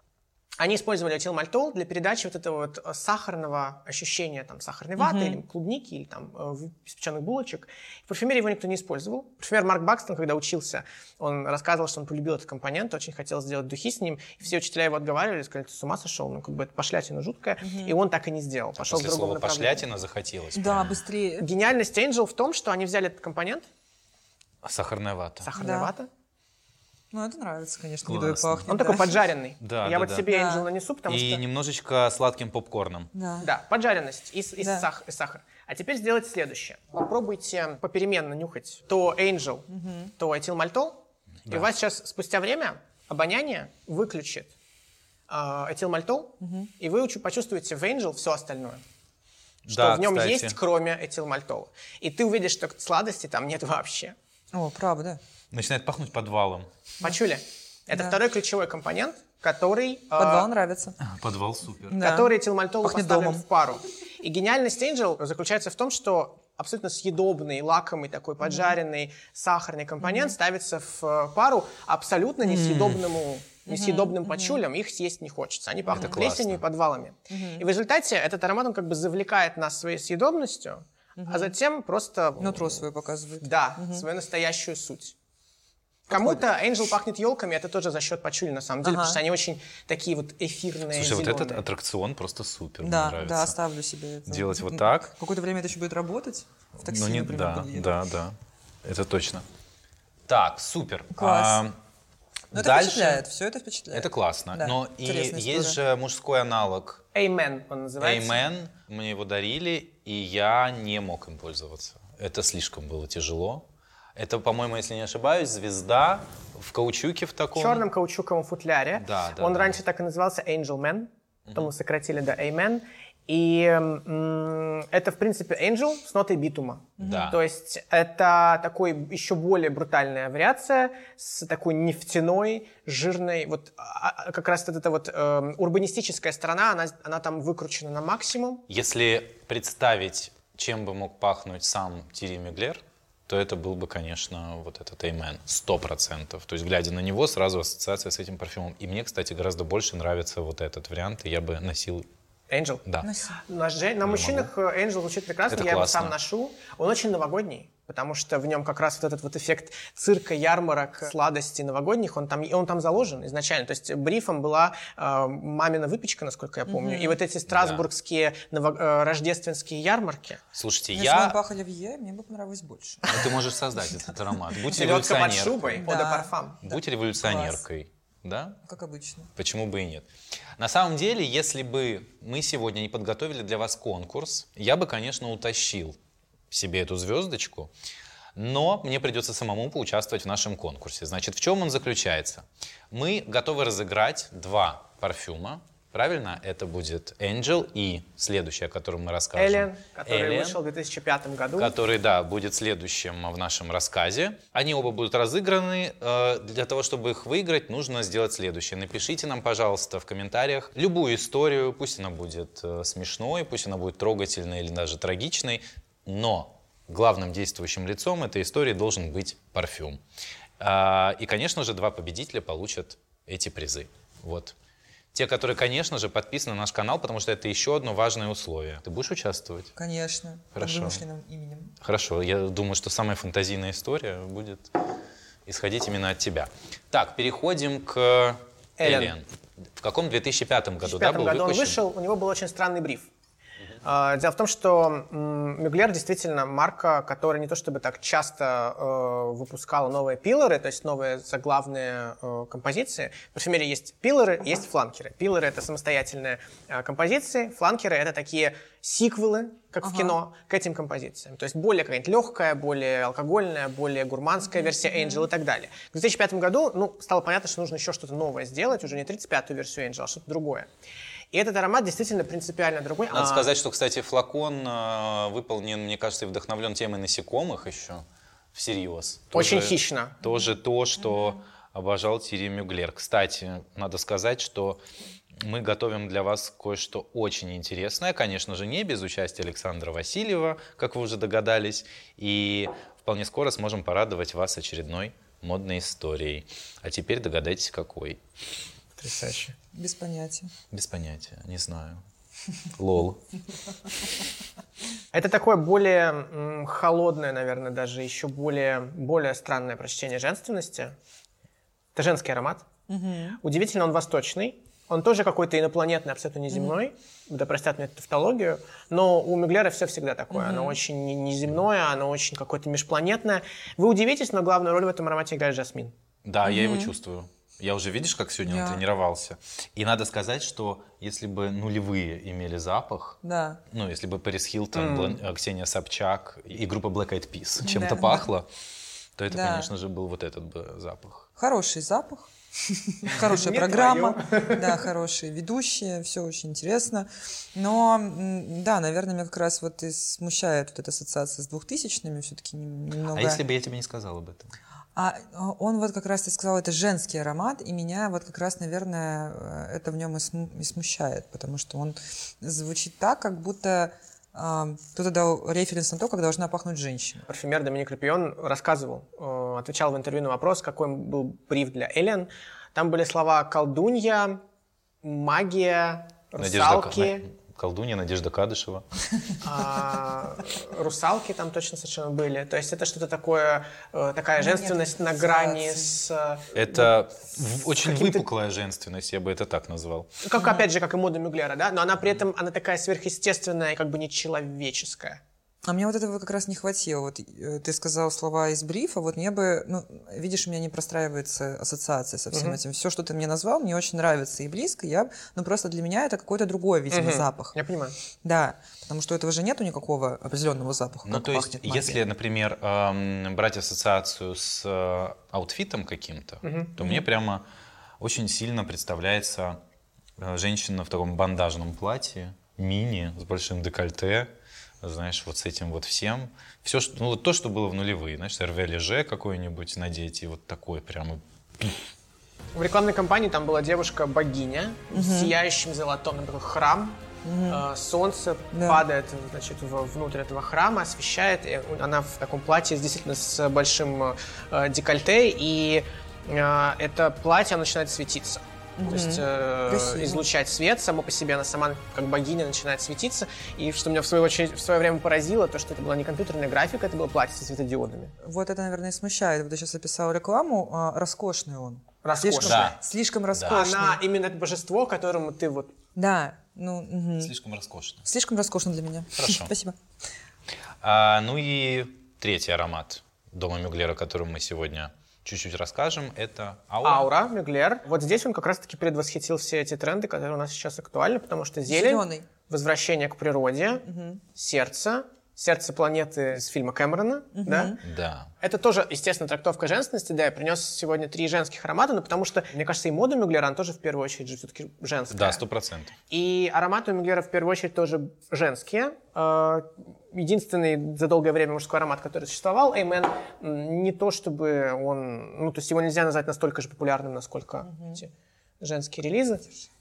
Они использовали этилмальтол для передачи вот этого вот сахарного ощущения там, сахарной ваты mm-hmm. или клубники, или там испеченных булочек. В парфюмерии его никто не использовал. Парфюмер Марк Бакстон, когда учился, он рассказывал, что он полюбил этот компонент, очень хотел сделать духи с ним. И все учителя его отговаривали, сказали, ты с ума сошел, ну как бы это пошлятина жуткая. Mm-hmm. И он так и не сделал. Пошел После в другом слова направлении. пошлятина захотелось. Да, прямо. быстрее. Гениальность Angel в том, что они взяли этот компонент. Сахарная вата. Сахарная да. вата. Ну, это нравится, конечно, Классно. едой пахнет. Он да. такой поджаренный. Да, Я да, вот да. себе Да. Angel нанесу, потому И что... немножечко сладким попкорном. Да. Да, поджаренность и, и, Да. сах, и сахар. А теперь сделайте следующее. Попробуйте попеременно нюхать то Angel, угу. то этилмальтол. Да. И у вас сейчас спустя время обоняние выключит э, этилмальтол, угу. и вы почувствуете в Angel все остальное. Что Да, в нем кстати. есть, кроме этилмальтола. И ты увидишь, что сладости там нет вообще. О, правда. Начинает пахнуть подвалом. Почули? Это Да. второй ключевой компонент, который... Подвал э, нравится. Подвал супер. Да. который этилмальтолу Пахнет поставлен домом. в пару. И гениальность Angel заключается в том, что абсолютно съедобный, лакомый, такой поджаренный, mm-hmm. сахарный компонент mm-hmm. ставится в пару абсолютно несъедобному, mm-hmm. несъедобным mm-hmm. пачулям. Их съесть не хочется. Они пахнут Это плесенью и подвалами. Mm-hmm. И в результате этот аромат, он как бы завлекает нас своей съедобностью, mm-hmm. а затем просто... Нутро свое показывает. Да, mm-hmm. свою настоящую суть. Кому-то Angel пахнет елками, это тоже за счет пачули, на самом деле, Ага. потому что они очень такие вот эфирные, Слушай, вот зеленые. этот аттракцион просто супер. Мне Да, нравится. да, оставлю себе это. Делать вот так. Какое-то время это еще будет работать. В такси, Ну, не, например, да, подъеду. да, да. Это точно. Так, супер. Класс. А, Но это дальше... впечатляет, все это впечатляет. Это классно. Да, Но и интересная есть история. же мужской аналог. Amen он называется. Amen. Мне его дарили, и я не мог им пользоваться. это слишком было тяжело. Это, по-моему, если не ошибаюсь, звезда в каучуке в таком... В черном каучуковом футляре. Да, да, Он да. раньше так и назывался Angel Man, потом его сократили до A-Man. И м, это, в принципе, Angel с нотой битума. Да. То есть это такой еще более брутальная вариация с такой нефтяной, жирной. Вот а, как раз вот эта вот э, урбанистическая сторона, она, она там выкручена на максимум. Если представить, чем бы мог пахнуть сам Тири Мюглер, то это был бы, конечно, вот этот A-Man. Сто процентов. То есть, глядя на него, сразу ассоциация с этим парфюмом. И мне, кстати, гораздо больше нравится вот этот вариант, и я бы носил... Angel? Да. На, же- на мужчинах Angel звучит прекрасно, Это я классно. его сам ношу. Он очень новогодний, потому что в нем как раз вот этот вот эффект цирка, ярмарок, сладостей новогодних, он там, он там заложен изначально. То есть брифом была э, мамина выпечка, насколько я помню, mm-hmm. и вот эти страсбургские ново- э, рождественские ярмарки. Слушайте, Если я... бы пах оливье, мне бы понравилось больше. Ну, ты можешь создать этот аромат. Будь Селедка под революционеркой. шубой, Да. Eau de Parfum. Будь революционеркой. Да? Как обычно. Почему бы и нет? На самом деле, если бы мы сегодня не подготовили для вас конкурс, я бы, конечно, утащил себе эту звездочку, но мне придется самому поучаствовать в нашем конкурсе. Значит, в чем он заключается? Мы готовы разыграть два парфюма. Правильно? Это будет Angel и следующий, о котором мы расскажем. Эллен, который Эллен, вышел в две тысячи пятом году. который, да, будет следующим в нашем рассказе. Они оба будут разыграны. Э, Для того, чтобы их выиграть, нужно сделать следующее. Напишите нам, пожалуйста, в комментариях любую историю. Пусть она будет э, смешной, пусть она будет трогательной или даже трагичной, но главным действующим лицом этой истории должен быть парфюм. Э, И, конечно же, два победителя получат эти призы. Вот. Те, которые, конечно же, подписаны на наш канал, потому что это еще одно важное условие. Ты будешь участвовать? Конечно. Хорошо. Под вымышленным именем. Хорошо, я думаю, что самая фантазийная история будет исходить именно от тебя. Так, переходим к Эллен. Эллен. В каком две тысячи пятом году, В да, две тысячи пятом был году он выпущен? вышел, у него был очень странный бриф. Uh-huh. Дело в том, что Мюглер действительно марка, которая не то чтобы так часто э, выпускала новые пиллеры, то есть новые заглавные э, композиции. В парфюмерии есть пиллеры, есть фланкеры. Пиллеры — это самостоятельные э, композиции, фланкеры — это такие сиквелы, как ага. в кино, к этим композициям. То есть более какая-нибудь легкая, более алкогольная, более гурманская версия Angel и так далее. В две тысячи пятом году ну, стало понятно, что нужно еще что-то новое сделать, уже не тридцать пятую версию Angel, а что-то другое. И этот аромат действительно принципиально другой. Надо а... сказать, что, кстати, флакон э, выполнен, мне кажется, и вдохновлен темой насекомых еще всерьез. Очень тоже, хищно. Тоже то, что mm-hmm. обожал Тири Мюглер. Кстати, надо сказать, что мы готовим для вас кое-что очень интересное. Конечно же, не без участия Александра Васильева, как вы уже догадались. И вполне скоро сможем порадовать вас очередной модной историей. А теперь догадайтесь, какой. Потрясающе. Без понятия. Без понятия, не знаю. Лол. Это такое более м, холодное, наверное, даже еще более, более странное прочтение женственности. Это женский аромат. Угу. Удивительно, он восточный. Он тоже какой-то инопланетный, абсолютно неземной. Mm-hmm. Да простят мне тавтологию. Но у Мюглера все всегда такое. Mm-hmm. Оно очень неземное, оно очень какое-то межпланетное. Вы удивитесь, но главную роль в этом аромате играет жасмин. Да, Mm-hmm. я его чувствую. Я уже, видишь, как сегодня yeah. он тренировался. И надо сказать, что если бы нулевые имели запах, да. ну, если бы Пэрис Хилтон, mm. Ксения Собчак и группа Black Eyed Peas чем-то да. пахло, то это, да. конечно же, был вот этот бы запах. Хороший запах. Хорошая программа, да, хорошие ведущие, все очень интересно. Но, да, наверное, меня как раз вот и смущает вот эта ассоциация с двухтысячными все-таки немного. А если бы я тебе не сказал об этом? А он вот как раз, ты сказал, это женский аромат, и меня вот как раз, наверное, это в нем и, сму- и смущает, потому что он звучит так, как будто э, кто-то дал референс на то, как должна пахнуть женщина. Парфюмер Доминик Рапион рассказывал, э, отвечал в интервью на вопрос, какой был бриф для Эллен. Там были слова «колдунья», «магия», «русалки». Надежда... Колдунья Надежда Кадышева. А, русалки там точно совершенно были. То есть это что-то такое, такая женственность на грани с... Это очень выпуклая женственность, я бы это так назвал. Как, опять же, как и мода Мюглера, да? Но она при этом, она такая сверхъестественная и как бы нечеловеческая. А мне вот этого как раз не хватило. Вот э, ты сказал слова из брифа, вот мне бы, ну, видишь, у меня не простраивается ассоциация со всем uh-huh. этим. Все, что ты мне назвал, мне очень нравится и близко. Я, ну, просто для меня это какой-то другой, видимо, uh-huh. запах. Я понимаю. Да, потому что у этого же нету никакого определенного запаха. Ну, то есть, если, например, эм, брать ассоциацию с э, аутфитом каким-то, uh-huh. то uh-huh. мне прямо очень сильно представляется э, женщина в таком бандажном платье, мини, с большим декольте, знаешь, вот с этим вот всем. Все, что, ну, вот то, что было в нулевые, знаешь, РВ-леже какой-нибудь надеть, и вот такой прямо... В рекламной кампании там была девушка-богиня угу. с сияющим золотом, там такой храм, угу. э, солнце да. падает, значит, внутрь этого храма, освещает, и она в таком платье действительно с большим э, декольте, и э, это платье начинает светиться. Mm-hmm. То есть э, излучать свет, само по себе она сама как богиня начинает светиться. И что меня в свою очередь в свое время поразило, то что это была не компьютерная графика, это было платье со светодиодами. Вот это, наверное, и смущает. Вот я сейчас описала рекламу, а, роскошный он. Роскошный. Слишком, да. слишком роскошный. Она именно это божество, которому ты вот... Да. Ну, угу. Слишком роскошно. Слишком роскошно для меня. Хорошо. Спасибо. А, ну и третий аромат дома Мюглера, о котором мы сегодня... чуть-чуть расскажем, это аура. Аура, Мюглер. Вот здесь он как раз-таки предвосхитил все эти тренды, которые у нас сейчас актуальны, потому что зелень, зеленый. Возвращение к природе, угу. сердце, сердце планеты из фильма Кэмерона, угу. да? Да. Это тоже, естественно, трактовка женственности, да, я принес сегодня три женских аромата, но потому что, мне кажется, и мода Мюглера, она тоже в первую очередь же все-таки женская. Да, сто процентов. И ароматы у Мюглера в первую очередь тоже женские. Единственный за долгое время мужской аромат, который существовал, Эймен, не то чтобы он... Ну, то есть его нельзя назвать настолько же популярным, насколько угу. эти женские релизы.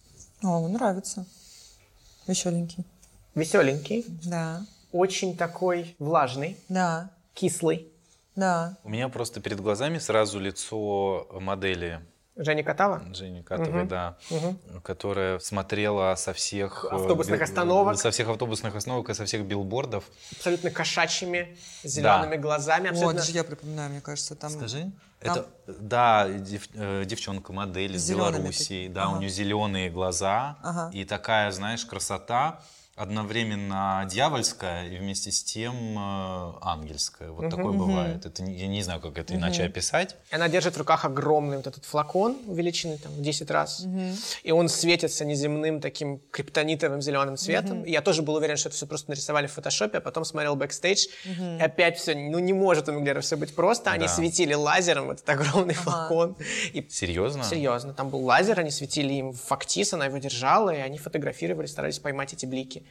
О, нравится. Веселенький. Веселенький. Да. Очень такой влажный. Да. Кислый. Да. У меня просто перед глазами сразу лицо модели Жени Катава? Жени Катавой, угу. да. Угу. Которая смотрела со всех... Автобусных би... остановок. Со всех автобусных остановок и со всех билбордов. Абсолютно кошачьими, зелеными да. глазами. Абсолютно... Вот, даже я припоминаю, мне кажется, там... Скажи. Там... Это, да, дев, девчонка-модель из Белоруссии. Да, ага. У нее зеленые глаза. Ага. И такая, знаешь, красота. Одновременно дьявольская и вместе с тем э, ангельская. Вот uh-huh, такое uh-huh. бывает. Это, я не знаю, как это uh-huh. иначе описать. Она держит в руках огромный вот этот флакон, величины там, в десять раз. Uh-huh. И он светится неземным таким криптонитовым зеленым цветом. Uh-huh. И я тоже был уверен, что это все просто нарисовали в фотошопе, а потом смотрел бэкстейдж. Uh-huh. И опять все, ну не может у Мюглера все быть просто. Они да. светили лазером этот огромный uh-huh. флакон. И... Серьезно? Серьезно. Там был лазер, они светили им в фактис, она его держала, и они фотографировали, старались поймать эти блики.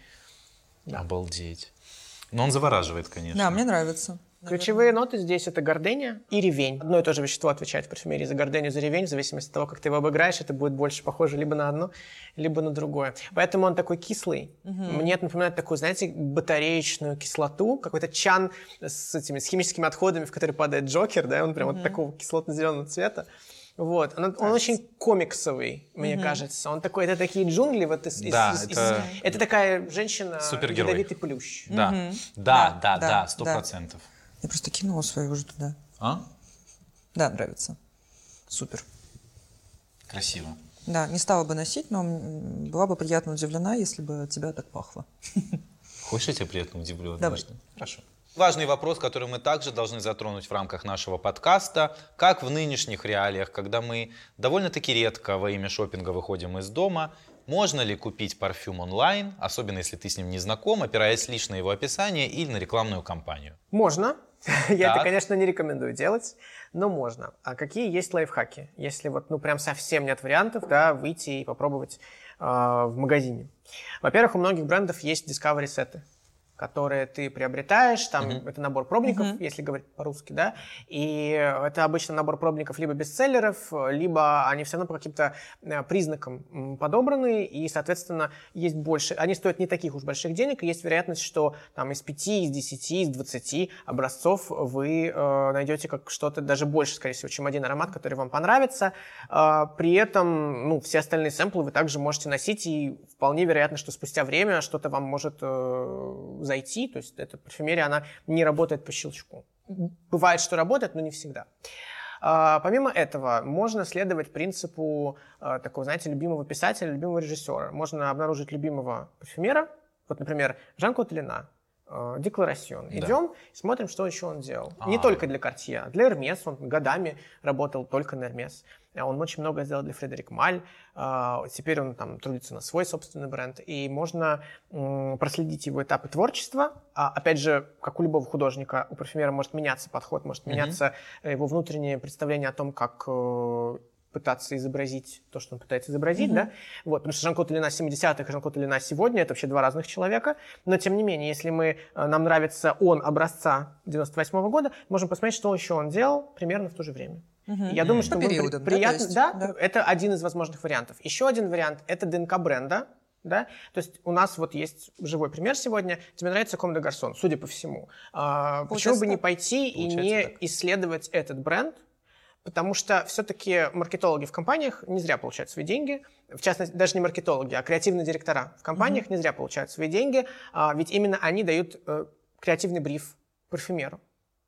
Да. Обалдеть. Но он завораживает, конечно. Да, мне нравится. Ключевые ноты здесь это гордыня и ревень. Одно и то же вещество отвечает в парфюмерии за гордыню, за ревень. В зависимости от того, как ты его обыграешь, это будет больше похоже либо на одно, либо на другое. Поэтому он такой кислый. Угу. Мне это напоминает такую, знаете, батареечную кислоту, какой-то чан с этими с химическими отходами, в который падает Джокер, да, он прям угу. вот такого кислотно-зеленого цвета. Вот. Он, он очень комиксовый, мне mm-hmm. кажется. Он такой, это такие джунгли. Вот из, да, из, это... Из, это такая женщина, ядовитый плющ. Да, mm-hmm. да, да, да, сто процентов. Я просто кинула свою уже туда. А? Да, нравится. Супер. Красиво. Да, не стала бы носить, но была бы приятно удивлена, если бы от тебя так пахло. Хочешь, я тебя приятно удивлю? Давай. Хорошо. Важный вопрос, который мы также должны затронуть в рамках нашего подкаста. Как в нынешних реалиях, когда мы довольно-таки редко во имя шопинга выходим из дома, можно ли купить парфюм онлайн, особенно если ты с ним не знаком, опираясь лишь на его описание или на рекламную кампанию? Можно. Я это, конечно, не рекомендую делать, но можно. А какие есть лайфхаки? Если вот, ну, прям совсем нет вариантов, да, выйти и попробовать э, в магазине. Во-первых, у многих брендов есть Discovery сеты, которые ты приобретаешь, там uh-huh. это набор пробников, uh-huh. если говорить по-русски, да, и это обычно набор пробников либо бестселлеров, либо они все равно по каким-то признакам подобраны, и, соответственно, есть больше, они стоят не таких уж больших денег, и есть вероятность, что там из пяти, из десяти, из двадцати образцов вы э, найдете как что-то даже больше, скорее всего, чем один аромат, который вам понравится. Э, при этом, ну, все остальные сэмплы вы также можете носить, и вполне вероятно, что спустя время что-то вам может э, зайти, то есть эта парфюмерия, она не работает по щелчку. Бывает, что работает, но не всегда. А, помимо этого, можно следовать принципу а, такого, знаете, любимого писателя, любимого режиссера. Можно обнаружить любимого парфюмера, вот, например, Жан-Клод Лена, декларацион. Да. Идем, смотрим, что еще он делал. А. Не только для Cartier, а для Hermès. Он годами работал только на Hermès. Он очень много сделал для Фредерик Маль. Теперь он там трудится на свой собственный бренд. И можно проследить его этапы творчества. Опять же, как у любого художника, у парфюмера может меняться подход, может mm-hmm. меняться его внутреннее представление о том, как пытаться изобразить то, что он пытается изобразить, mm-hmm. да? Вот, потому что Жан-Клод Ильина семидесятых и Жан-Клод Ильина сегодня — это вообще два разных человека. Но, тем не менее, если мы, нам нравится он образца девяносто восьмого года, можем посмотреть, что еще он делал примерно в то же время. Mm-hmm. Я думаю, что По периодам, при, приятно, да, есть, да, да, это один из возможных вариантов. Еще один вариант — это ДНК бренда. Да? То есть у нас вот есть живой пример сегодня. Тебе нравится Comme des Garçons, судя по всему. А, почему бы не пойти и не так. исследовать этот бренд? Потому что все-таки маркетологи в компаниях не зря получают свои деньги. В частности, даже не маркетологи, а креативные директора в компаниях mm-hmm. не зря получают свои деньги. А, ведь именно они дают э, креативный бриф парфюмеру.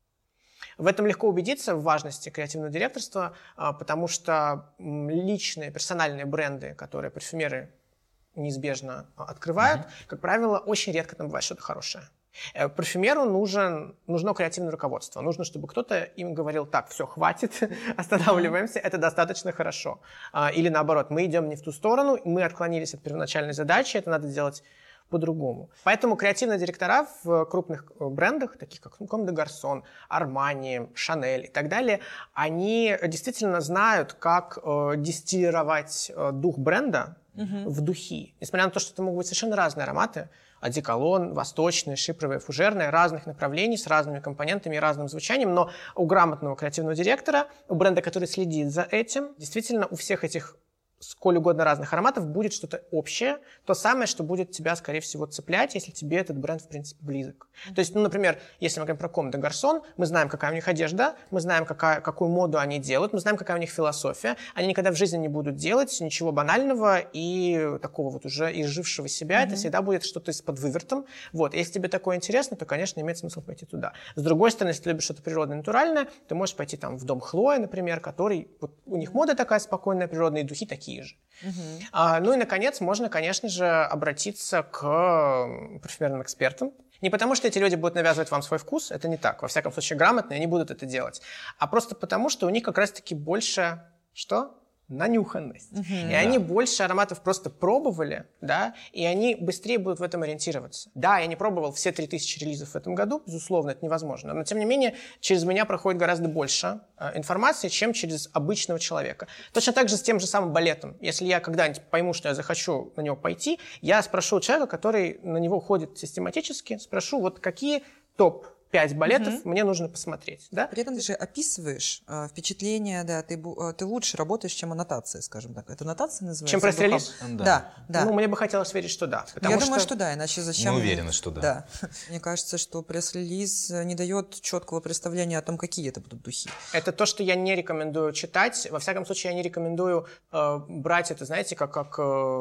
В этом легко убедиться в важности креативного директорства, а, потому что личные, персональные бренды, которые парфюмеры неизбежно открывают, mm-hmm. как правило, очень редко там бывает что-то хорошее. Парфюмеру нужен, нужно креативное руководство. Нужно, чтобы кто-то им говорил: так, все, хватит, останавливаемся, это достаточно хорошо. Или наоборот, мы идем не в ту сторону, мы отклонились от первоначальной задачи, это надо делать по-другому. Поэтому креативные директора в крупных брендах, таких как Comme des Garçons, Armani, Chanel и так далее, они действительно знают, как э, дистиллировать э, дух бренда mm-hmm. в духи. Несмотря на то, что это могут быть совершенно разные ароматы, одеколон, восточные, шипровые, фужерные, разных направлений, с разными компонентами и разным звучанием, но у грамотного креативного директора, у бренда, который следит за этим, действительно у всех этих сколь угодно разных ароматов будет что-то общее, то самое, что будет тебя, скорее всего, цеплять, если тебе этот бренд, в принципе, близок. То есть, ну, например, если мы говорим про Comme des Garçons, мы знаем, какая у них одежда, мы знаем, какая, какую моду они делают, мы знаем, какая у них философия. Они никогда в жизни не будут делать ничего банального и такого вот уже изжившего себя. Mm-hmm. Это всегда будет что-то с подвывертом. Вот. Если тебе такое интересно, то, конечно, имеет смысл пойти туда. С другой стороны, если ты любишь что-то природное, натуральное, ты можешь пойти там в дом Хлоя, например, который... Вот, у них мода такая спокойная, природные духи такие же. Uh-huh. А, ну и, наконец, можно, конечно же, обратиться к парфюмерным экспертам. Не потому, что эти люди будут навязывать вам свой вкус, это не так. Во всяком случае, грамотные они будут это делать. А просто потому, что у них как раз-таки больше... Что? Нанюханность. Uh-huh. И да. они больше ароматов просто пробовали, да, и они быстрее будут в этом ориентироваться. Да, я не пробовал все три тысячи релизов в этом году, безусловно, это невозможно, но, тем не менее, через меня проходит гораздо больше э, информации, чем через обычного человека. Точно так же с тем же самым балетом. Если я когда-нибудь пойму, что я захочу на него пойти, я спрошу человека, который на него ходит систематически, спрошу, вот какие топ пять балетов угу. мне нужно посмотреть. Да? При этом ты же описываешь э, впечатления, да, ты, э, ты лучше работаешь, чем аннотация, скажем так. Это аннотация называется? Чем пресс-релиз? Да. да, да. Ну, мне бы хотелось верить, что да. Я что... думаю, что да, иначе зачем... Мы уверены, что да. да. Мне кажется, что пресс-релиз не дает четкого представления о том, какие это будут духи. Это то, что я не рекомендую читать. Во всяком случае, я не рекомендую э, брать это, знаете, как, как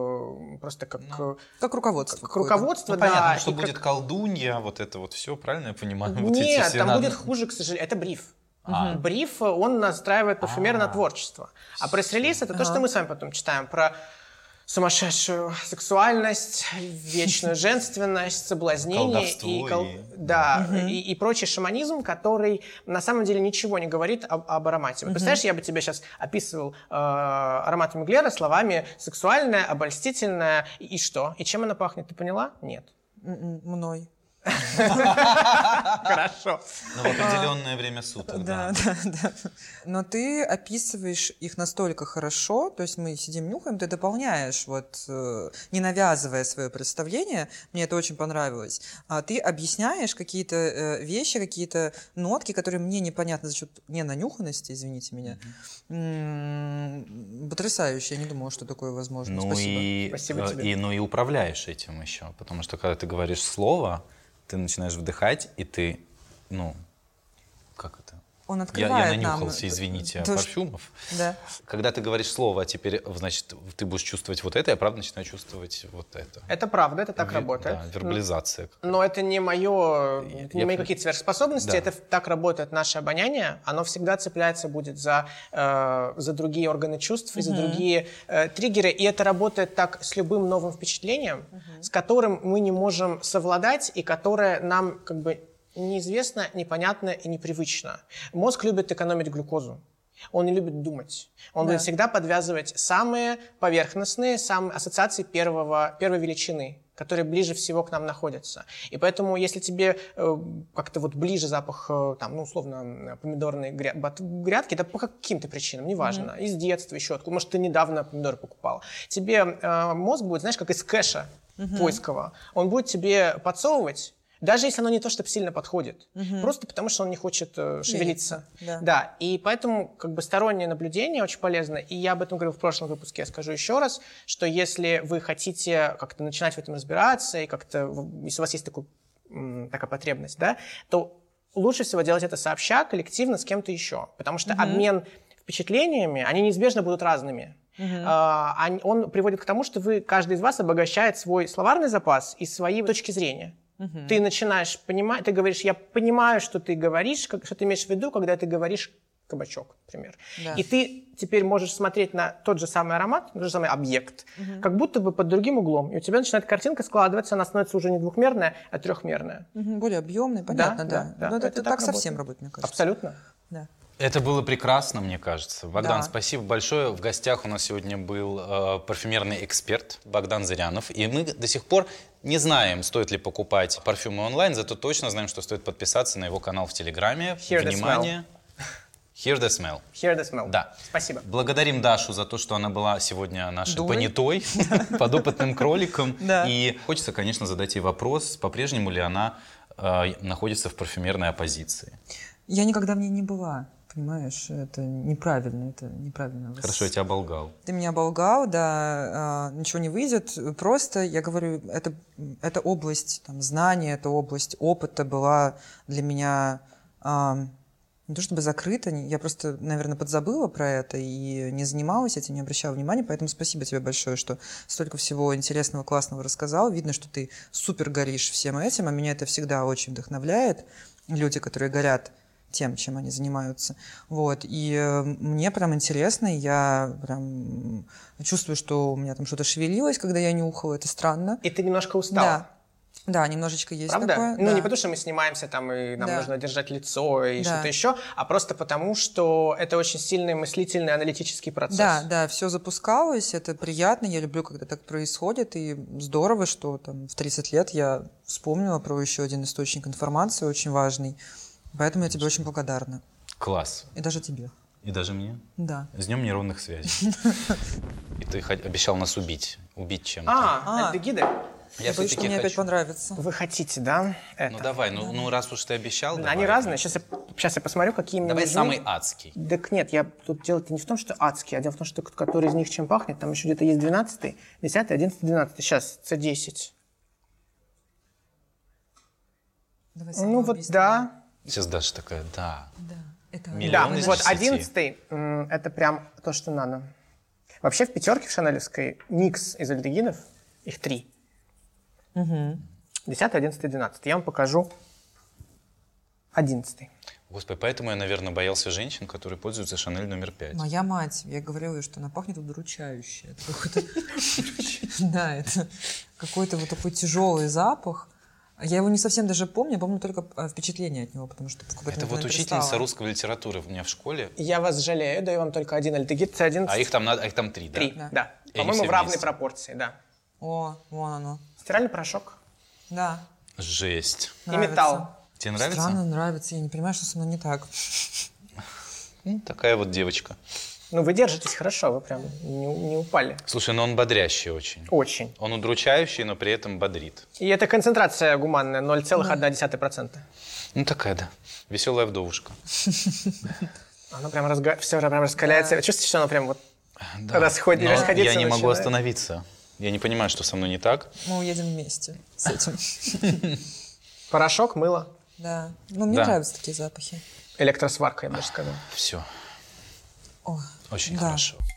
э, просто как... Ну, как руководство. Как руководство, ну, да. Понятно, что и будет как... колдунья, вот это вот все, правильно я понимаю? Нет, вот эти там надо... будет хуже, к сожалению. Это бриф. А. Бриф, он настраивает парфюмера на творчество. А пресс-релиз — это ага. то, что мы с вами потом читаем про сумасшедшую сексуальность, вечную женственность, соблазнение и, кол... и... Да, угу. и, и прочий шаманизм, который на самом деле ничего не говорит об, об аромате. Вот, представляешь, я бы тебе сейчас описывал э, аромат Мюглера словами «сексуальная, обольстительная» и, и что? И чем она пахнет, ты поняла? Нет. Мной. Хорошо. Но в определенное время суток, да. Да, да, да. Но ты описываешь их настолько хорошо, то есть мы сидим, нюхаем, ты дополняешь, вот, не навязывая свое представление, мне это очень понравилось, а ты объясняешь какие-то вещи, какие-то нотки, которые мне непонятны за счет ненанюханности, извините меня. М-м, потрясающе, я не думала, что такое возможно. Ну Спасибо. И, Спасибо тебе. И, ну и управляешь этим еще, потому что когда ты говоришь слово, ты начинаешь вдыхать, и ты, ну, как это? Он Я, открывает я нам... нанюхался, извините, то, парфюмов. Да. Когда ты говоришь слово, а теперь, значит, ты будешь чувствовать вот это, я правда начинаю чувствовать вот это. Это правда, это так Ве- работает. Да, вербализация. Но это не мое, Я- не я мои пон- какие-то сверхспособности, Да. это так работает наше обоняние, оно всегда цепляется будет за, э, за другие органы чувств и за другие э, триггеры, и это работает так с любым новым впечатлением, с которым мы не можем совладать и которое нам как бы неизвестно, непонятно и непривычно. Мозг любит экономить глюкозу. Он не любит думать. Он Да. будет всегда подвязывать самые поверхностные, самые ассоциации первого, первой величины, которые ближе всего к нам находятся. И поэтому, если тебе э, как-то вот ближе запах, э, там, ну, условно, помидорной гря- бат- грядки, да по каким-то причинам, неважно, из детства еще, откуда, может, ты недавно помидоры покупала, тебе э, мозг будет, знаешь, как из кэша поискового, он будет тебе подсовывать, даже если оно не то, чтобы сильно подходит. Просто потому, что он не хочет э, шевелиться. Да. Да. И поэтому как бы стороннее наблюдение очень полезно. И я об этом говорил в прошлом выпуске, я скажу еще раз, что если вы хотите как-то начинать в этом разбираться, и как-то, в- если у вас есть такой, м, такая потребность, да, то лучше всего делать это сообща, коллективно, с кем-то еще. Потому что обмен впечатлениями, они неизбежно будут разными. А, они- он приводит к тому, что вы, каждый из вас обогащает свой словарный запас и свои точки зрения. Ты начинаешь понимать, ты говоришь, я понимаю, что ты говоришь, как, что ты имеешь в виду, когда ты говоришь кабачок, например. Да. И ты теперь можешь смотреть на тот же самый аромат, тот же самый объект, как будто бы под другим углом. И у тебя начинает картинка складываться, она становится уже не двухмерная, а трехмерная. Мгм, более объемный, понятно, да. да, Но это, это так, так совсем работает. работает, мне кажется. Абсолютно. Да. Это было прекрасно, мне кажется. Богдан, Да. спасибо большое. В гостях у нас сегодня был э, парфюмерный эксперт Богдан Зырянов. И мы до сих пор не знаем, стоит ли покупать парфюмы онлайн, зато точно знаем, что стоит подписаться на его канал в Телеграме. Hear the Внимание. Hear the smell. Hear the smell. Да. Спасибо. Благодарим Дашу за то, что она была сегодня нашей Дурой. понятой, подопытным кроликом. Да. И хочется, конечно, задать ей вопрос, по-прежнему ли она э, находится в парфюмерной оппозиции. Я никогда в ней не была, понимаешь? Это неправильно, это неправильно. Хорошо, я тебя оболгал. Ты меня оболгал, да, а, ничего не выйдет. Просто, я говорю, это, это область там, знания, это область опыта была для меня а, не то чтобы закрыта, не- я просто, наверное, подзабыла про это и не занималась этим, не обращала внимания, поэтому спасибо тебе большое, что столько всего интересного, классного рассказал. Видно, что ты супер горишь всем этим, а меня это всегда очень вдохновляет. Люди, которые горят тем, чем они занимаются. Вот. И э, мне прям интересно, и я прям чувствую, что у меня там что-то шевелилось, когда я нюхала, это странно. И ты немножко устала. Да. Да, немножечко есть Правда? такое. Ну, да. не потому, что мы снимаемся там, и нам Да. нужно держать лицо и Да. что-то еще, а просто потому, что это очень сильный мыслительный, аналитический процесс. Да, да, все запускалось, это приятно, я люблю, когда так происходит, и здорово, что там в тридцать лет я вспомнила про еще один источник информации, очень важный, поэтому я тебе очень благодарна. Класс. И даже тебе. И даже мне. Да. С днем нейронных связей. И ты хот- обещал нас убить. Убить чем-то. А, А. альдегиды? Я Я боюсь, что все-таки мне опять хочу. понравится. Вы хотите, да? Это. Ну давай, ну, ну раз уж ты обещал, Они давай. разные. Сейчас я, сейчас я посмотрю, какие мне Давай нужны. самый адский. Так нет, я тут дело-то не в том, что адский, а дело в том, что который из них чем пахнет. Там еще где-то есть двенадцатый, десятый, одиннадцатый, двенадцатый. Сейчас, си десять. Давай Ну самого вот, убийства. да. Сейчас Даша такая, да. Да, это Да, Миллион из вот десяти. одиннадцатый, м, это прям то, что надо. Вообще в пятерке в шанелевской микс из альдегидов, их три. Десятый, одиннадцатый, двенадцатый. Я вам покажу одиннадцатый. Господи, поэтому я, наверное, боялся женщин, которые пользуются Шанель номер пять. Моя мать, я говорила ей, что она пахнет удручающе. Это какой-то... Да, это какой-то вот такой тяжелый запах. Я его не совсем даже помню, я помню только а, впечатление от него, потому что в какой-то Это момент вот она учительница перестала. русского литературы у меня в школе, Я вас жалею, даю вам только один альдегид, си одиннадцать. а их там, надо, а их там три, да? Три, Да. да. И они По-моему, все в равной вместе. пропорции, да. О, вон оно. Стиральный порошок Да. Жесть. и Нравится. металл. Тебе нравится? Странно, нравится. Я не понимаю, что со мной не так. Ну, такая вот девочка. Ну, вы держитесь хорошо, вы прям не, не упали. Слушай, ну он бодрящий очень. Очень. Он удручающий, но при этом бодрит. И это концентрация гуманная, ноль целых одна десятая процента. Ну такая, да. Веселая вдовушка. Оно прям, разга... все прям раскаляется. Вы чувствуете, что оно прям вот Да. расходи... Но расходиться я не могу начинает? остановиться. Я не понимаю, что со мной не так. Мы уедем вместе с этим. Порошок, мыло. Да. Ну, мне Да. нравятся такие запахи. Электросварка, я бы даже сказал. Все. О, Очень да. хорошо.